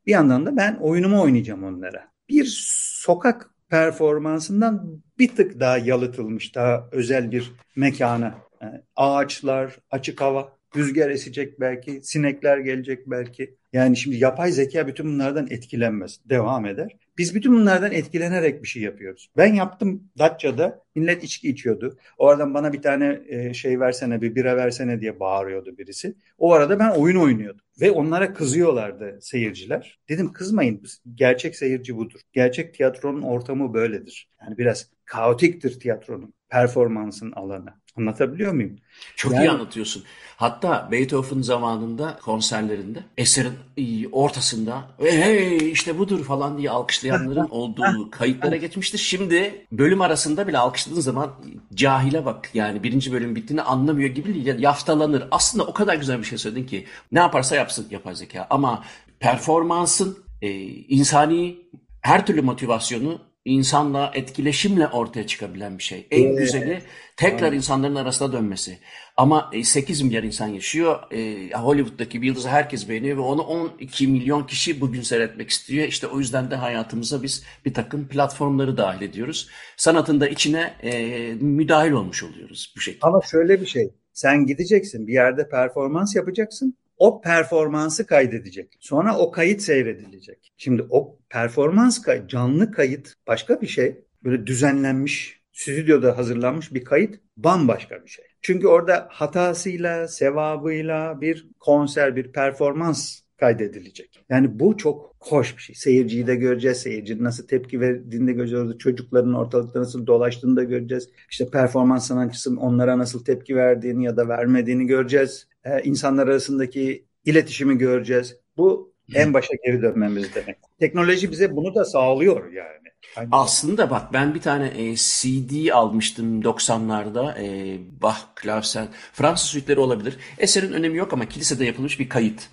Bir yandan da ben oyunumu oynayacağım onlara. Bir sokak performansından bir tık daha yalıtılmış, daha özel bir mekana. Yani ağaçlar, açık hava, rüzgar esecek belki, sinekler gelecek belki. Yani şimdi yapay zeka bütün bunlardan etkilenmez, devam eder. Biz bütün bunlardan etkilenerek bir şey yapıyoruz. Ben yaptım Datça'da, millet içki içiyordu. O aradan bana bir tane e, şey versene, bir bira versene diye bağırıyordu birisi. O arada ben oyun oynuyordum. Ve onlara kızıyorlardı seyirciler. Dedim kızmayın, gerçek seyirci budur. Gerçek tiyatronun ortamı böyledir. Yani biraz kaotiktir tiyatronun, performansın alanı. Anlatabiliyor muyum? Çok iyi Yani anlatıyorsun. Hatta Beethoven zamanında konserlerinde eserin ortasında hey işte budur falan diye alkışlayanların olduğu kayıtlara geçmiştir. Şimdi bölüm arasında bile alkışladığın zaman cahile bak, yani birinci bölüm bittiğini anlamıyor gibi yaftalanır. Aslında o kadar güzel bir şey söyledin ki ne yaparsa yapsın yapay zeka, ama performansın e, insani her türlü motivasyonu insanla etkileşimle ortaya çıkabilen bir şey. En güzeli tekrar insanların arasına dönmesi. Ama e, sekiz milyar insan yaşıyor. E, Hollywood'daki bir yıldızı herkes beğeniyor ve onu on iki milyon kişi bugün seyretmek istiyor. İşte o yüzden de hayatımıza biz bir takım platformları dahil ediyoruz. Sanatın da içine e, müdahil olmuş oluyoruz bu şekilde. ama şöyle bir şey. Sen gideceksin, bir yerde performans yapacaksın. O performansı kaydedecek. Sonra o kayıt seyredilecek. Şimdi o performans kay- canlı kayıt başka bir şey. Böyle düzenlenmiş, stüdyoda hazırlanmış bir kayıt bambaşka bir şey. Çünkü orada hatasıyla, sevabıyla bir konser, bir performans kaydedilecek. Yani bu çok hoş bir şey. Seyirciyi de göreceğiz. Seyircinin nasıl tepki verdiğini de göreceğiz. Çocukların ortalıkta nasıl dolaştığını da göreceğiz. İşte performans sanatçısının onlara nasıl tepki verdiğini ya da vermediğini göreceğiz. Ee, insanlar arasındaki iletişimi göreceğiz. Bu en başa geri dönmemiz demek. Teknoloji bize bunu da sağlıyor yani. Aynı zamanda. Aslında bak, ben bir tane e, C D almıştım doksanlarda. E, Bach, Clausen, Fransız suiteleri olabilir. Eserin önemi yok ama kilisede yapılmış bir kayıt.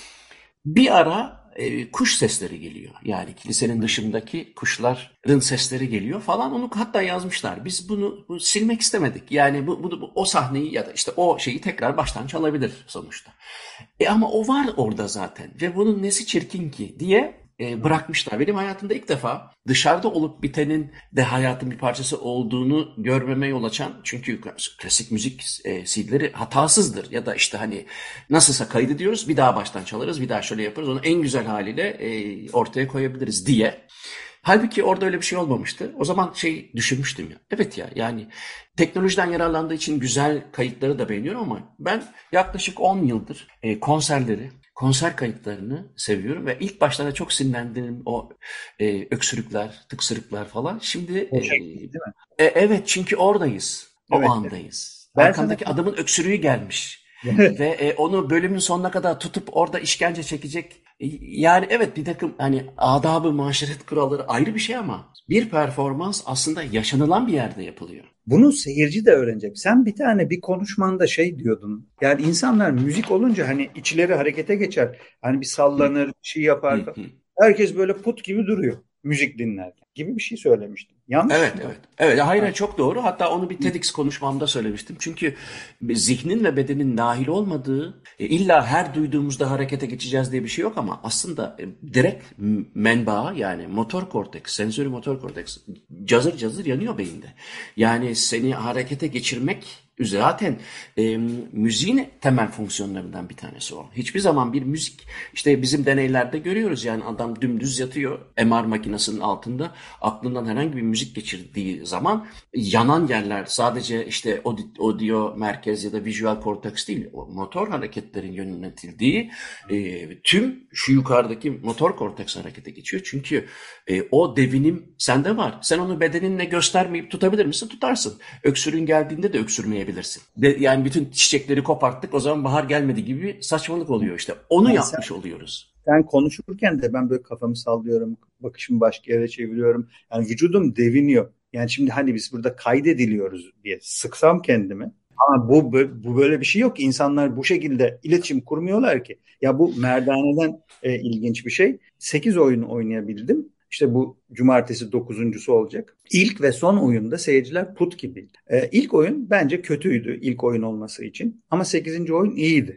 Bir ara e, kuş sesleri geliyor. Yani kilisenin dışındaki kuşların sesleri geliyor falan. Onu hatta yazmışlar. Biz bunu, bunu silmek istemedik. Yani bu, bu, bu o sahneyi ya da işte o şeyi tekrar baştan çalabilir sonuçta. E ama o var orada zaten ve bunun nesi çirkin ki diye e, bırakmışlar. Benim hayatımda ilk defa dışarıda olup bitenin de hayatın bir parçası olduğunu görmeme yol açan, çünkü klasik müzik e, C D'leri hatasızdır ya da işte hani nasılsa kaydediyoruz, bir daha baştan çalarız, bir daha şöyle yaparız, onu en güzel haliyle e, ortaya koyabiliriz diye. Halbuki orada öyle bir şey olmamıştı. O zaman şey düşünmüştüm ya. Evet ya, yani teknolojiden yararlandığı için güzel kayıtları da beğeniyorum ama ben yaklaşık on yıldır e, konserleri, konser kayıtlarını seviyorum ve ilk başlarda çok sinirlendiğim o e, öksürükler, tıksırıklar falan. Şimdi O e, şekilde değil mi? e, evet, çünkü oradayız. O Evet. andayız. Ben sana Arkamdaki adamın öksürüğü gelmiş. Ve e, onu bölümün sonuna kadar tutup orada işkence çekecek. E, Yani evet, bir takım hani adab-ı maşeret kuralları ayrı bir şey ama bir performans aslında yaşanılan bir yerde yapılıyor. bunu seyirci de öğrenecek. Sen bir tane bir konuşmanda şey diyordun. Yani insanlar müzik olunca hani içleri harekete geçer. Hani bir Hı, sallanır, bir şey hı, yapar. hı. Herkes böyle put gibi duruyor müzik dinlerken gibi bir şey söylemiştin. Yanlış Evet, mı? evet. Evet, hayır, Ha. hayır, çok doğru. Hatta onu bir TEDx konuşmamda söylemiştim. Çünkü zihnin ve bedenin dahil olmadığı, e, illa her duyduğumuzda harekete geçeceğiz diye bir şey yok ama aslında e, direkt m- menbaa, yani motor korteks, sensörü motor korteks cazır cazır yanıyor beyinde. Yani seni harekete geçirmek zaten e, müziğin temel fonksiyonlarından bir tanesi o. Hiçbir zaman bir müzik, işte bizim deneylerde görüyoruz, yani adam dümdüz yatıyor M R makinesinin altında, aklından herhangi bir müzik geçirdiği zaman yanan yerler sadece işte audio merkez ya da visual korteks değil, o motor hareketlerin yönetildiği e, tüm şu yukarıdaki motor korteks harekete geçiyor. Çünkü e, o devinim sende var. Sen onu bedeninle göstermeyip tutabilir misin? Tutarsın. Öksürüğün geldiğinde de öksürmeyebilirsin. De, yani bütün çiçekleri koparttık, o zaman bahar gelmedi gibi saçmalık oluyor işte. Onu Yani sen, yapmış oluyoruz. sen konuşurken de ben böyle kafamı sallıyorum. Bakışımı başka yere çeviriyorum. Yani vücudum deviniyor. Yani şimdi hani biz burada kaydediliyoruz diye sıksam kendimi. Ama bu, bu bu böyle bir şey yok ki. İnsanlar bu şekilde iletişim kurmuyorlar ki. Ya bu merdaneden e, ilginç bir şey. Sekiz oyun oynayabildim. İşte bu cumartesi dokuzuncusu olacak. İlk ve son oyunda seyirciler put gibiydi. E, ilk oyun bence kötüydü ilk oyun olması için. Ama sekizinci oyun iyiydi.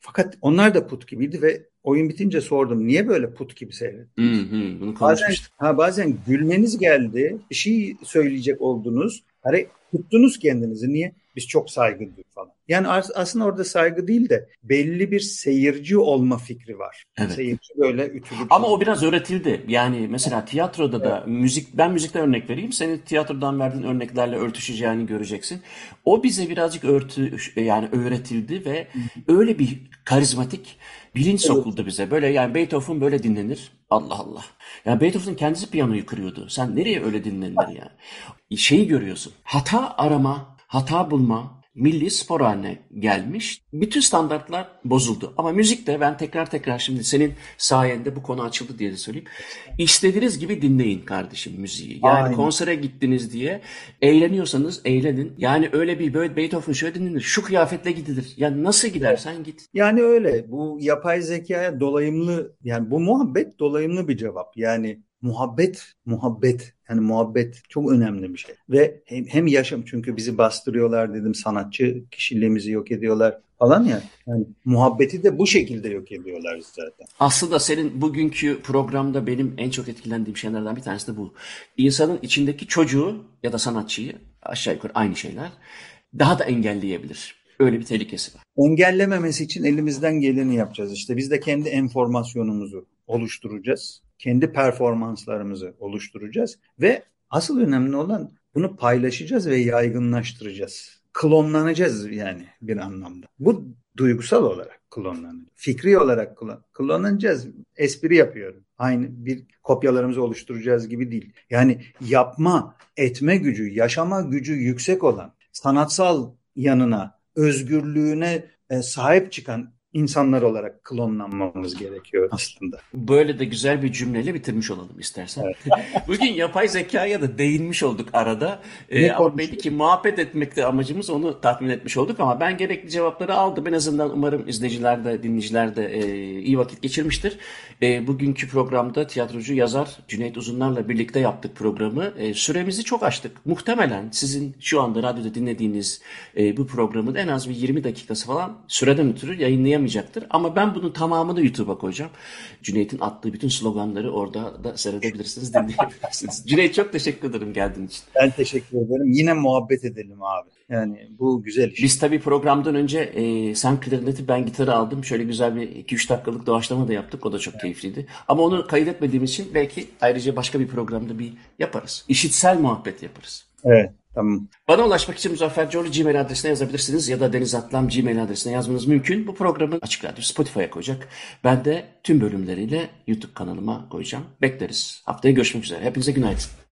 Fakat onlar da put gibiydi ve oyun bitince sordum, niye böyle put gibi seyrettiniz? Hı hı, bunu Bazen, konuşmuştuk. ha, bazen gülmeniz geldi, bir şey söyleyecek oldunuz. Hani tuttunuz kendinizi. Niye? Biz çok saygılıyız falan. Yani as- aslında orada saygı değil de belli bir seyirci olma fikri var. Evet. Seyirci böyle ütülü bir Ama şey. o biraz öğretildi. Yani mesela tiyatroda da müzik, ben müzikten örnek vereyim. Senin tiyatrodan verdiğin örneklerle örtüşeceğini göreceksin. O bize birazcık örtü yani öğretildi ve öyle bir karizmatik bilinç Evet. sokuldu bize. Böyle yani Beethoven böyle dinlenir. Allah Allah. Yani Beethoven kendisi piyanoyu kırıyordu. Sen nereye öyle dinlenir yani? Şeyi görüyorsun. Hata arama, hata bulma milli spor haline gelmiş. Bütün standartlar bozuldu. Ama müzikte ben tekrar tekrar şimdi senin sayende bu konu açıldı diye de söyleyeyim. İstediğiniz gibi dinleyin kardeşim müziği. Yani Aynen. konsere gittiniz diye eğleniyorsanız eğlenin. Yani öyle bir böyle Beethoven şöyle dinlenir. Şu kıyafetle gidilir. Yani nasıl gidersen git. Yani öyle. Bu yapay zekaya dolayımlı, yani bu muhabbet dolayımlı bir cevap. Yani muhabbet, muhabbet. Yani muhabbet çok önemli bir şey. Ve hem, hem yaşam, çünkü bizi bastırıyorlar dedim, sanatçı kişiliğimizi yok ediyorlar falan ya. Yani muhabbeti de bu şekilde yok ediyorlar zaten. Aslında senin bugünkü programda benim en çok etkilendiğim şeylerden bir tanesi de bu. İnsanın içindeki çocuğu ya da sanatçıyı aşağı yukarı aynı şeyler daha da engelleyebilir. Öyle bir tehlikesi var. Engellememesi için elimizden geleni yapacağız. İşte biz de kendi enformasyonumuzu oluşturacağız. Kendi performanslarımızı oluşturacağız. Ve asıl önemli olan bunu paylaşacağız ve yaygınlaştıracağız. Klonlanacağız yani bir anlamda. Bu duygusal olarak klonlanacağız. Fikri olarak klon, klonlanacağız. Espri yapıyorum. Aynı bir kopyalarımızı oluşturacağız gibi değil. Yani yapma, etme gücü, yaşama gücü yüksek olan, sanatsal yanına, özgürlüğüne e, sahip çıkan insanlar olarak klonlanmamız gerekiyor aslında. Böyle de güzel bir cümleyle bitirmiş olalım istersen. Evet. Bugün yapay zekaya da değinmiş olduk arada. Ee, Ne ama belli konuşuyoruz? ki muhabbet etmekte amacımız, onu tatmin etmiş olduk ama ben gerekli cevapları aldım. En azından umarım izleyiciler de dinleyiciler de e, iyi vakit geçirmiştir. E, bugünkü programda tiyatrocu yazar Cüneyt Uzunlar'la birlikte yaptık programı. E, süremizi çok aştık. Muhtemelen sizin şu anda radyoda dinlediğiniz e, bu programın en az bir yirmi dakikası falan süreden ötürü yayınlayamayacaktır. Ama ben bunun tamamını YouTube'a koyacağım. Cüneyt'in attığı bütün sloganları orada da seyredebilirsiniz, dinleyebilirsiniz. Cüneyt, çok teşekkür ederim geldiğin için. Ben teşekkür ederim. Yine muhabbet edelim abi. Yani bu güzel iş. Biz tabii programdan önce e, sen klarneti, ben gitarı aldım. Şöyle güzel bir iki üç dakikalık doğaçlama da yaptık. O da çok keyifliydi. Ama onu kaydetmediğimiz için belki ayrıca başka bir programda bir yaparız. İşitsel muhabbet yaparız. Evet, tamam. Bana ulaşmak için Muzaffer Coğlu Gmail adresine yazabilirsiniz ya da Deniz Atlam Gmail adresine yazmanız mümkün. Bu programı Açık Radyo Spotify'a koyacak. Ben de tüm bölümleriyle YouTube kanalıma koyacağım. Bekleriz. Haftaya görüşmek üzere. Hepinize günaydın.